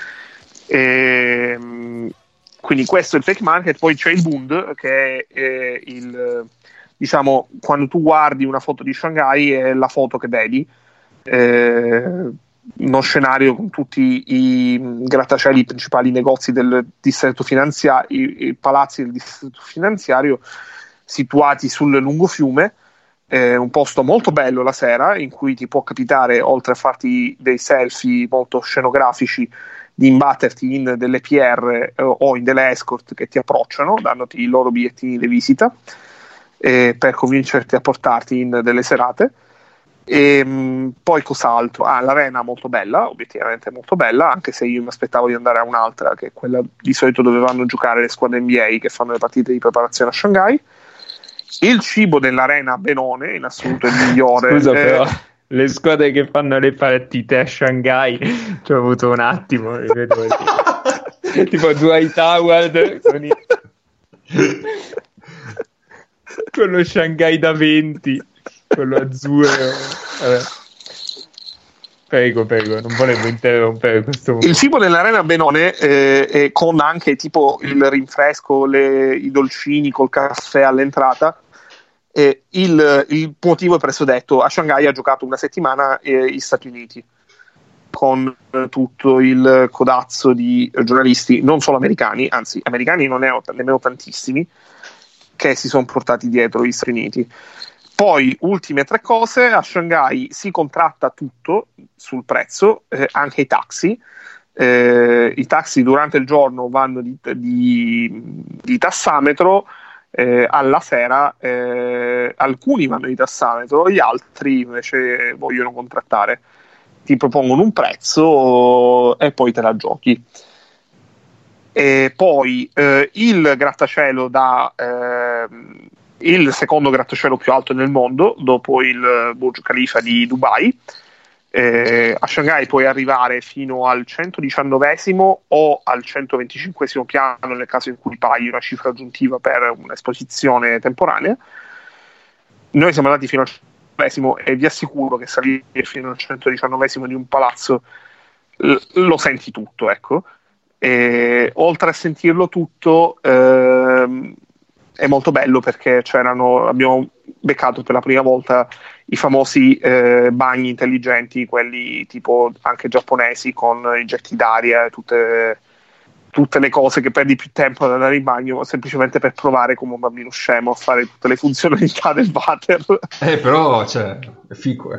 Quindi questo è il Fake Market. Poi c'è il Bund, che è diciamo, quando tu guardi una foto di Shanghai è la foto che vedi, uno scenario con tutti i grattacieli, i principali negozi del distretto finanziario, i palazzi del distretto finanziario, situati sul lungofiume, un posto molto bello la sera, in cui ti può capitare, oltre a farti dei selfie molto scenografici, di imbatterti in delle PR o in delle escort che ti approcciano, dandoti i loro bigliettini di visita per convincerti a portarti in delle serate. E poi cos'altro? L'arena molto bella, obiettivamente molto bella, anche se io mi aspettavo di andare a un'altra, che è quella di solito dove vanno a giocare le squadre NBA che fanno le partite di preparazione a Shanghai. Il cibo dell'arena Benone in assoluto è il migliore. Scusa, però le squadre che fanno le partite a Shanghai ci ho avuto un attimo tipo Dwight Howard con lo Shanghai da 20, quello azzurro. Prego, non volevo interrompere questo momento. Il cibo nell'arena Benone, con anche tipo il rinfresco, i dolcini col caffè all'entrata. Il motivo è presto detto: a Shanghai ha giocato una settimana gli Stati Uniti, con tutto il codazzo di giornalisti, non solo americani, anzi americani non ne ho nemmeno tantissimi, che si sono portati dietro gli Stati Uniti. Poi, ultime 3 cose: a Shanghai si contratta tutto sul prezzo, anche i taxi. I taxi durante il giorno vanno di tassametro, alla sera alcuni vanno di tassametro, gli altri invece vogliono contrattare. Ti propongono un prezzo e poi te la giochi. E poi il grattacielo il secondo grattacielo più alto nel mondo, dopo il Burj Khalifa di Dubai. A Shanghai puoi arrivare fino al 119esimo o al 125esimo piano nel caso in cui paghi una cifra aggiuntiva per un'esposizione temporanea. Noi siamo andati fino al 119esimo e vi assicuro che salire fino al 119esimo di un palazzo lo senti tutto, ecco. Oltre a sentirlo tutto, è molto bello perché abbiamo beccato per la prima volta i famosi bagni intelligenti, quelli tipo anche giapponesi, con i getti d'aria e tutte le cose che perdi più tempo ad andare in bagno semplicemente per provare come un bambino scemo a fare tutte le funzionalità del water. Però è fico,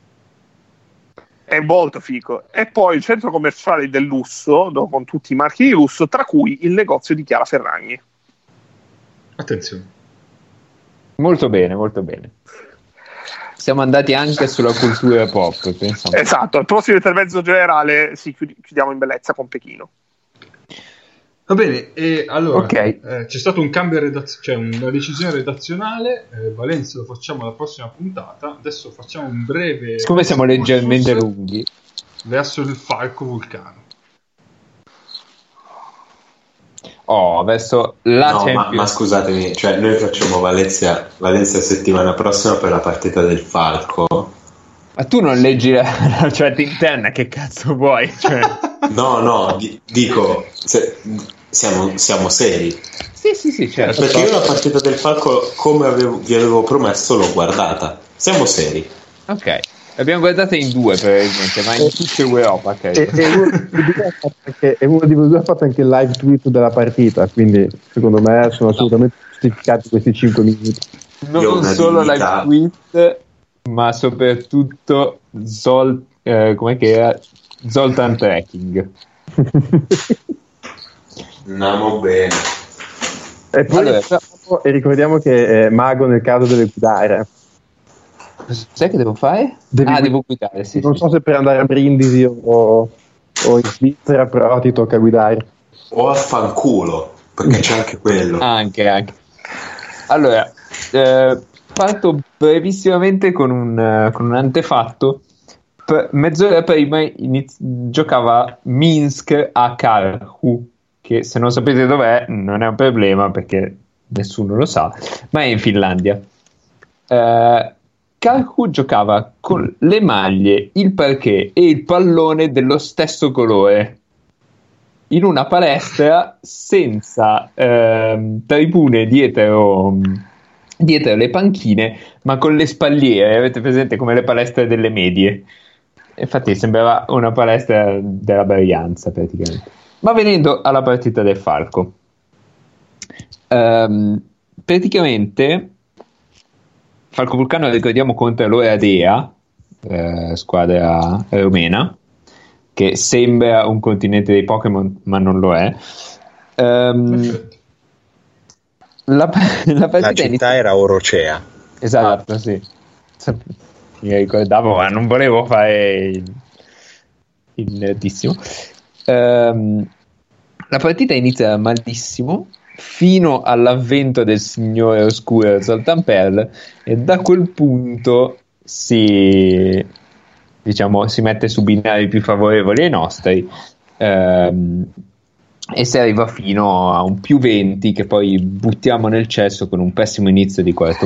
È molto fico. E poi il centro commerciale del lusso, con tutti i marchi di lusso, tra cui il negozio di Chiara Ferragni. Attenzione. Molto bene. Siamo andati anche sulla cultura pop, pensavo. Esatto, al prossimo intermezzo generale chiudiamo in bellezza con Pechino. Va bene, e allora Ok. c'è stato un cambio una decisione redazionale. Valencia lo facciamo alla prossima puntata. Adesso facciamo un breve, Siccome siamo leggermente lunghi, verso il Falco Vulcano. verso la Champions. Ma scusatemi, cioè noi facciamo Valencia settimana prossima per la partita del Falco. Ma tu non leggi la chat interna, che cazzo vuoi? Cioè... No, dico, siamo seri. Sì, certo. Perché io la partita del Falco, come vi avevo promesso, l'ho guardata. Siamo seri. Ok, l'abbiamo guardata in 2 probabilmente, ma in tutta Europa. E uno di voi due ha fatto anche il live tweet della partita, quindi secondo me sono assolutamente giustificati questi 5 minuti. Non solo live tweet, ma soprattutto com'è che era? Zoltan Trekking. Andiamo bene. E poi ricordiamo che Mago nel caso deve guidare. Sai che devo fare? Devo guidare, sì. Non so se per andare a Brindisi o in Svizzera, però ti tocca guidare. O a fanculo, perché c'è anche quello. Anche. Allora, parto brevissimamente con un antefatto. Mezz'ora prima giocava Minsk a Karhu, che se non sapete dov'è non è un problema perché nessuno lo sa, ma è in Finlandia. Karhu giocava con le maglie, il parquet e il pallone dello stesso colore in una palestra senza tribune dietro le panchine, ma con le spalliere. Avete presente come le palestre delle medie? Infatti sembrava una palestra della Brianza praticamente. Ma venendo alla partita del Falco, praticamente Falco Vulcano, ricordiamo, contro l'Oradea, squadra rumena, che sembra un continente dei Pokémon ma non lo è. La città inizia... era Orocea. Esatto, sì. Mi ricordavo, ma non volevo fare il nerdissimo. La partita inizia malissimo fino all'avvento del signore oscuro Zoltan Perl, e da quel punto si mette su binari più favorevoli ai nostri, e si arriva fino a un +20 che poi buttiamo nel cesso con un pessimo inizio di quarto.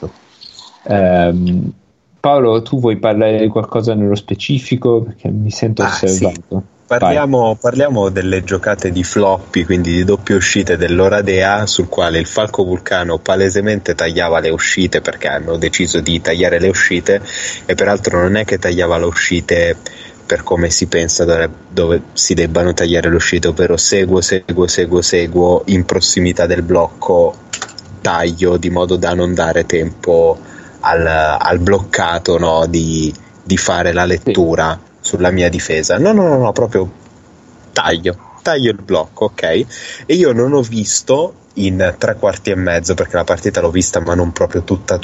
Paolo, tu vuoi parlare di qualcosa nello specifico? Perché mi sento osservato. Sì. Parliamo delle giocate di floppy, quindi di doppie uscite dell'Oradea, sul quale il Falco Vulcano palesemente tagliava le uscite, perché hanno deciso di tagliare le uscite, e peraltro non è che tagliava le uscite per come si pensa dove si debbano tagliare le uscite, ovvero seguo in prossimità del blocco, taglio, di modo da non dare tempo al bloccato, no, di fare la lettura sulla mia difesa. No, proprio taglio il blocco, ok? E io non ho visto in 3 quarti e mezzo, perché la partita l'ho vista ma non proprio tutta,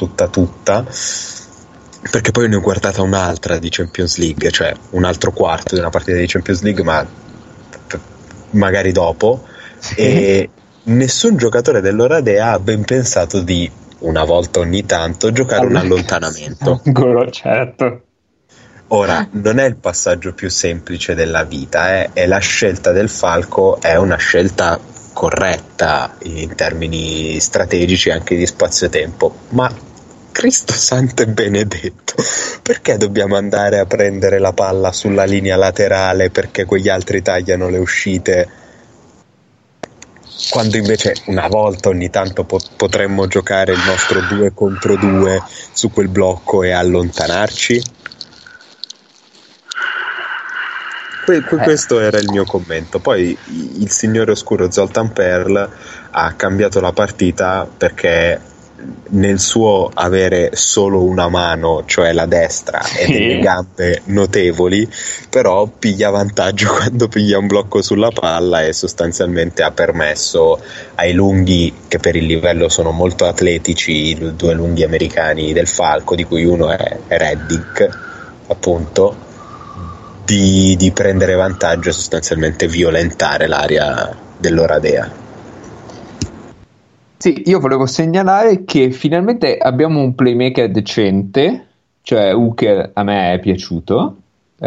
perché poi ne ho guardata un'altra di Champions League, cioè un altro quarto di una partita di Champions League, ma magari dopo, e nessun giocatore dell'Oradea ha ben pensato di, una volta ogni tanto, giocare un allontanamento. Certo. Ora, non è il passaggio più semplice della vita, è la scelta del Falco, è una scelta corretta in termini strategici, anche di spazio-tempo, ma Cristo santo e benedetto, perché dobbiamo andare a prendere la palla sulla linea laterale perché quegli altri tagliano le uscite, quando invece una volta ogni tanto potremmo giocare il nostro 2 contro 2 su quel blocco e allontanarci? Questo era il mio commento. Poi il signore oscuro Zoltan Perl ha cambiato la partita perché nel suo avere solo una mano, cioè la destra, e delle gambe notevoli, però piglia vantaggio quando piglia un blocco sulla palla, e sostanzialmente ha permesso ai lunghi, che per il livello sono molto atletici, i 2 lunghi americani del Falco, di cui uno è Reddick appunto, di prendere vantaggio e sostanzialmente violentare l'area dell'Oradea. Sì, io volevo segnalare che finalmente abbiamo un playmaker decente, cioè Hooker a me è piaciuto,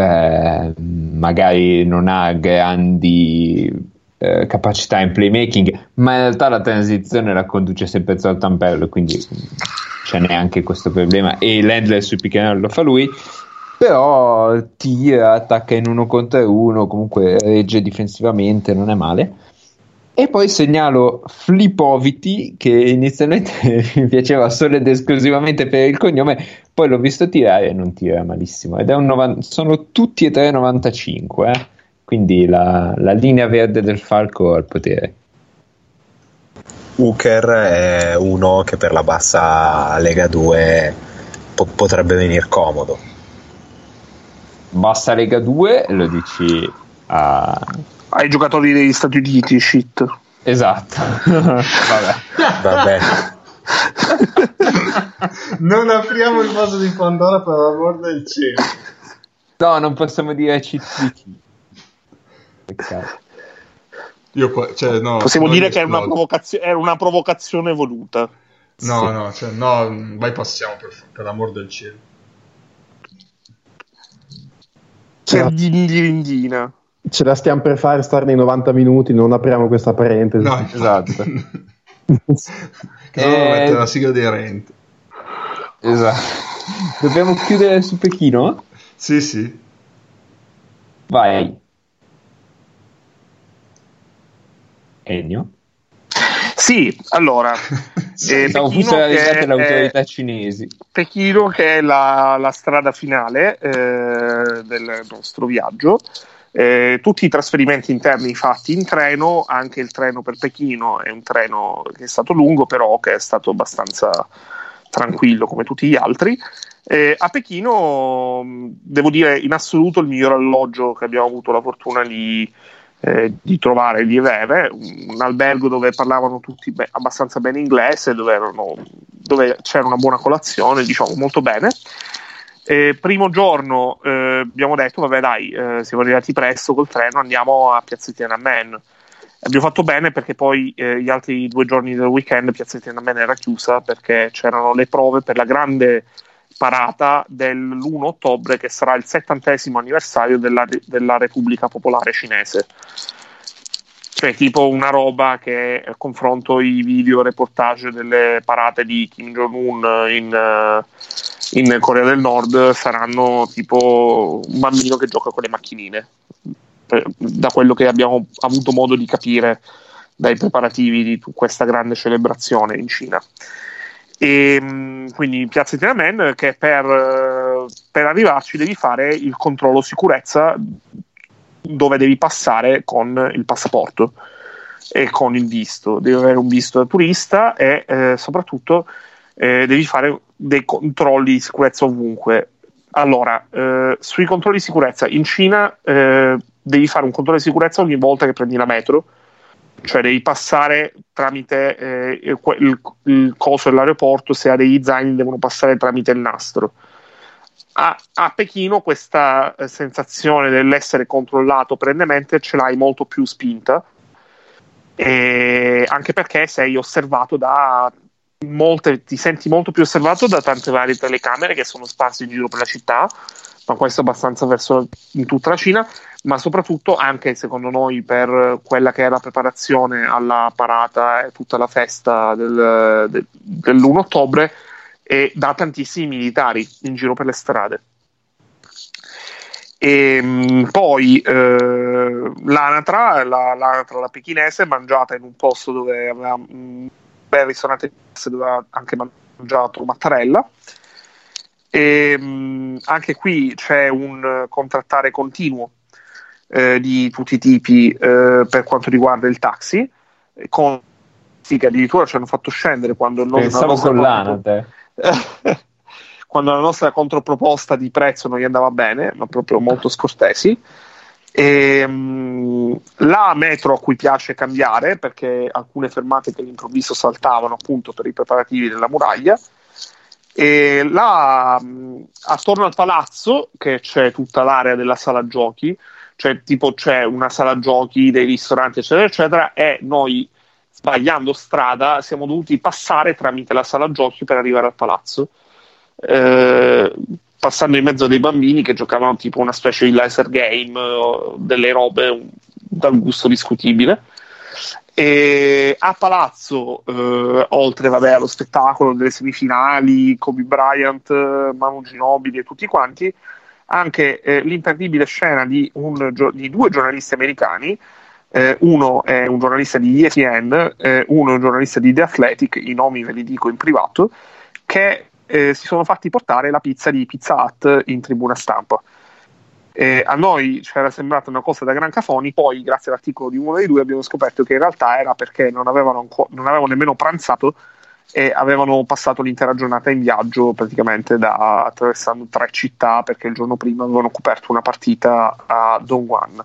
magari non ha grandi capacità in playmaking, ma in realtà la transizione la conduce sempre Zoltan Perl, quindi c'è neanche questo problema, e l'handler sui pick and roll lo fa lui. Però tira, attacca in 1 contro 1, comunque regge difensivamente, non è male. E poi segnalo Flipovity, che inizialmente mi piaceva solo ed esclusivamente per il cognome, poi l'ho visto tirare e non tira malissimo, ed è sono tutti e 3 95, quindi la linea verde del Falco al potere. Hooker è uno che per la bassa Lega 2 potrebbe venire comodo. Bassa Lega 2 lo dici ai giocatori degli Stati Uniti, shit. Esatto. Vabbè. Non apriamo il vaso di Pandora, per l'amor del cielo. No, non possiamo dire CTC. Peccato. Possiamo dire che era una provocazione voluta. No, vai, passiamo per l'amor del cielo. Serghindina. Ce la stiamo per fare stare nei 90 minuti, non apriamo questa parentesi. No, esatto. Che non mette la sigla dei Rent. Esatto. Dobbiamo chiudere su Pechino? Sì. Vai. Ennio? Sì, allora stavo funzionalizzando le autorità cinesi. Pechino, che è la strada finale del nostro viaggio, Tutti i trasferimenti interni fatti in treno, anche il treno per Pechino è un treno che è stato lungo, però che è stato abbastanza tranquillo come tutti gli altri. A Pechino devo dire in assoluto il miglior alloggio che abbiamo avuto la fortuna di trovare, di avere, un albergo dove parlavano tutti abbastanza bene inglese, dove c'era una buona colazione, diciamo molto bene. Primo giorno abbiamo detto vabbè dai, siamo arrivati presto col treno, andiamo a Piazza Tiananmen. Abbiamo fatto bene perché poi gli altri 2 giorni del weekend Piazza Tiananmen era chiusa perché c'erano le prove per la grande parata dell'1 ottobre, che sarà il 70° anniversario della Repubblica Popolare Cinese. Cioè tipo una roba che confronto i video reportage delle parate di Kim Jong-un in Corea del Nord, saranno tipo un bambino che gioca con le macchinine, da quello che abbiamo avuto modo di capire dai preparativi di questa grande celebrazione in Cina. E quindi Piazza Tiananmen, che per arrivarci devi fare il controllo sicurezza, dove devi passare con il passaporto e con il visto, devi avere un visto da turista e soprattutto devi fare dei controlli di sicurezza ovunque. Allora, sui controlli di sicurezza in Cina devi fare un controllo di sicurezza ogni volta che prendi la metro, cioè devi passare tramite il coso dell'aeroporto, se ha degli zaini devono passare tramite il nastro. A Pechino questa sensazione dell'essere controllato perennemente ce l'hai molto più spinta, anche perché sei osservato ti senti molto più osservato da tante varie telecamere che sono sparse in giro per la città, ma questo abbastanza in tutta la Cina, ma soprattutto anche secondo noi per quella che è la preparazione alla parata e tutta la festa dell'1 ottobre, e da tantissimi militari in giro per le strade. E poi l'anatra, la pechinese, mangiata in un posto dove aveva un bel ristorante dove aveva anche mangiato mattarella. E anche qui c'è un contrattare continuo di tutti i tipi per quanto riguarda il taxi, che addirittura ci hanno fatto scendere quando quando la nostra controproposta di prezzo non gli andava bene, ma proprio molto scortesi. La metro a cui piace cambiare, perché alcune fermate che all'improvviso saltavano appunto per i preparativi della muraglia. E là attorno al palazzo, che c'è tutta l'area della sala giochi, cioè tipo c'è una sala giochi, dei ristoranti eccetera eccetera, e noi sbagliando strada siamo dovuti passare tramite la sala giochi per arrivare al palazzo, passando in mezzo a dei bambini che giocavano tipo una specie di laser game, delle robe dal gusto discutibile. E a palazzo, oltre vabbè, allo spettacolo delle semifinali, Kobe Bryant, Manu Ginobili e tutti quanti, anche l'imperdibile scena di 2 giornalisti americani, uno è un giornalista di ESPN, uno è un giornalista di The Athletic, i nomi ve li dico in privato, che si sono fatti portare la pizza di Pizza Hut in tribuna stampa. A noi ci era sembrata una cosa da gran cafoni, poi grazie all'articolo di uno dei due abbiamo scoperto che in realtà era perché non avevano nemmeno pranzato e avevano passato l'intera giornata in viaggio, praticamente attraversando 3 città, perché il giorno prima avevano coperto una partita a Dongguan.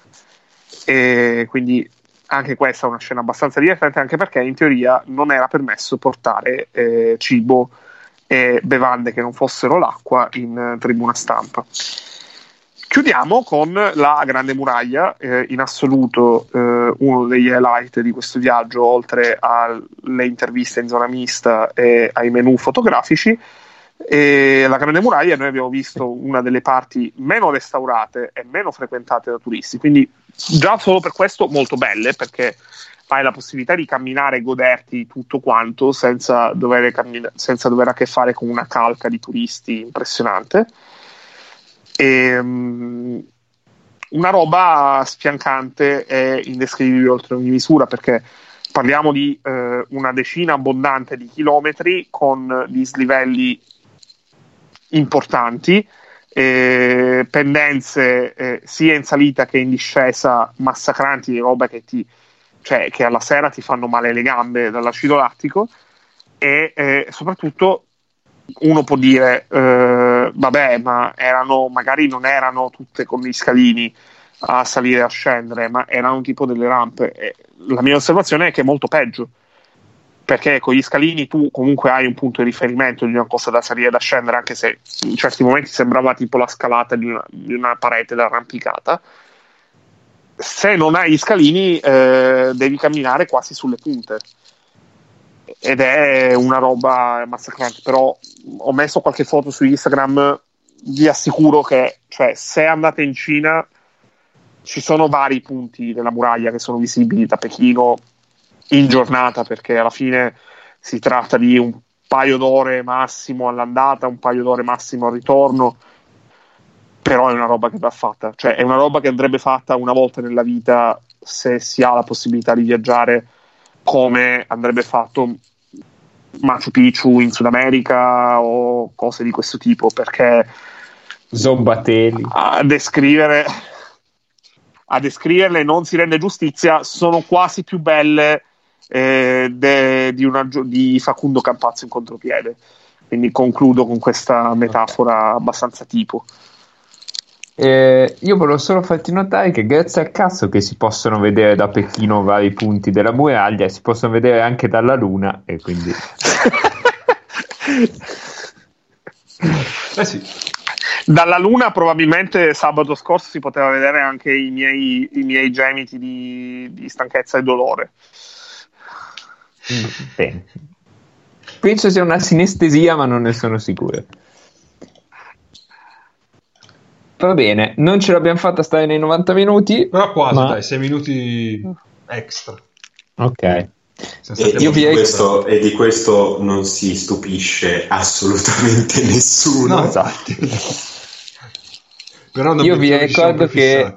E quindi anche questa è una scena abbastanza divertente, anche perché in teoria non era permesso portare cibo e bevande che non fossero l'acqua in tribuna stampa. Chiudiamo con la Grande Muraglia, in assoluto uno degli highlight di questo viaggio, oltre alle interviste in zona mista e ai menu fotografici. E la Grande Muraglia noi abbiamo visto una delle parti meno restaurate e meno frequentate da turisti, quindi già solo per questo molto belle, perché hai la possibilità di camminare e goderti tutto quanto senza dover a che fare con una calca di turisti impressionante. Una roba sfiancante e indescrivibile oltre ogni misura, perché parliamo di una decina abbondante di chilometri con dislivelli importanti, pendenze sia in salita che in discesa massacranti, roba che che alla sera ti fanno male le gambe dall'acido lattico, e soprattutto uno può dire vabbè, ma magari non erano tutte con gli scalini a salire e a scendere, ma erano tipo delle rampe. E la mia osservazione è che è molto peggio, perché con gli scalini tu comunque hai un punto di riferimento di una cosa da salire e da scendere, anche se in certi momenti sembrava tipo la scalata di una parete d'arrampicata. Se non hai gli scalini devi camminare quasi sulle punte, ed è una roba massacrante. Però ho messo qualche foto su Instagram, vi assicuro che, cioè, se andate in Cina ci sono vari punti della muraglia che sono visibili da Pechino in giornata, perché alla fine si tratta di un paio d'ore massimo all'andata, un paio d'ore massimo al ritorno, però è una roba che va fatta, cioè è una roba che andrebbe fatta una volta nella vita, se si ha la possibilità di viaggiare, come andrebbe fatto Machu Picchu in Sud America o cose di questo tipo, perché Zombatelli a descriverle non si rende giustizia. Sono quasi più belle di Facundo Campazzo in contropiede. Quindi concludo con questa metafora abbastanza tipo. Io volevo solo farti notare che grazie al cazzo che si possono vedere da Pechino vari punti della muraglia, si possono vedere anche dalla Luna, e quindi sì. Dalla Luna probabilmente sabato scorso si poteva vedere anche i miei gemiti di stanchezza e dolore. Bene. Penso sia una sinestesia, ma non ne sono sicuro. Va bene, non ce l'abbiamo fatta stare nei 90 minuti, però quasi, dai, 6 minuti extra. Ok. E di questo non si stupisce assolutamente nessuno. No, esatto. Però io vi ricordo che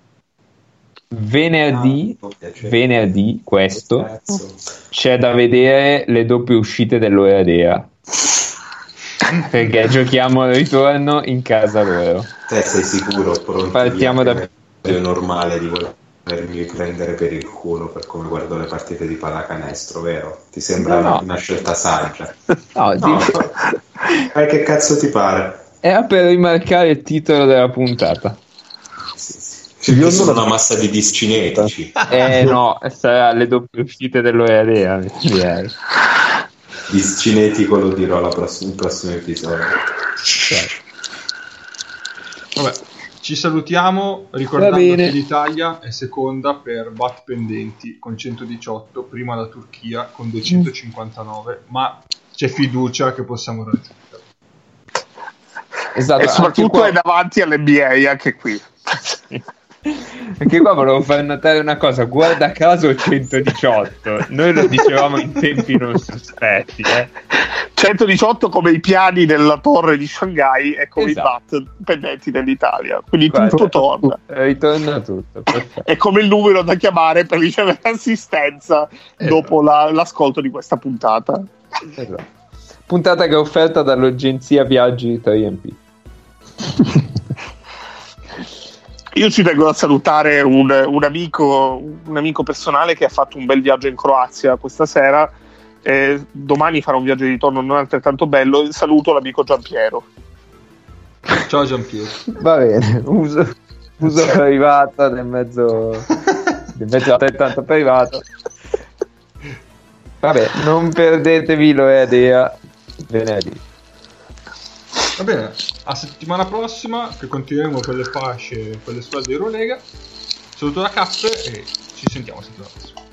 venerdì questo c'è da vedere le doppie uscite dell'Oradea, perché giochiamo al ritorno in casa loro. Te sei sicuro? Partiamo da normale di volermi prendere per il culo per come guardo le partite di pallacanestro, vero? Ti sembra una scelta saggia? No. Che cazzo ti pare? Era per rimarcare il titolo della puntata. Io sono una massa di discinetici. No, sarà le doppie uscite dell'Oradea. Discinetico lo dirò il prossimo episodio. Vabbè, ci salutiamo ricordando che l'Italia è seconda per watt pendenti con 118, prima la Turchia con 259, ma c'è fiducia che possiamo raggiungere. Esatto, e soprattutto è davanti all'NBA anche qui. Anche qua volevo far notare una cosa, guarda caso 118, noi lo dicevamo in tempi non sospetti 118 come i piani della torre di Shanghai e come i watt pendenti dell'Italia, quindi tutto torna, ritorna tutto, perfetto. È come il numero da chiamare per ricevere assistenza dopo l'ascolto di questa puntata. Puntata che è offerta dall'agenzia Viaggi di Triumph. Io ci tengo a salutare un amico personale che ha fatto un bel viaggio in Croazia questa sera. Domani farà un viaggio di ritorno non altrettanto bello. Saluto l'amico Giampiero. Ciao Giampiero. Va bene, uso privato nel mezzo altrettanto privato. Vabbè, non perdetevi l'Oradea venerdì. Va bene, a settimana prossima che continueremo con le fasce, con le squadre di Eurolega. Saluto da Cappe e ci sentiamo settimana prossima.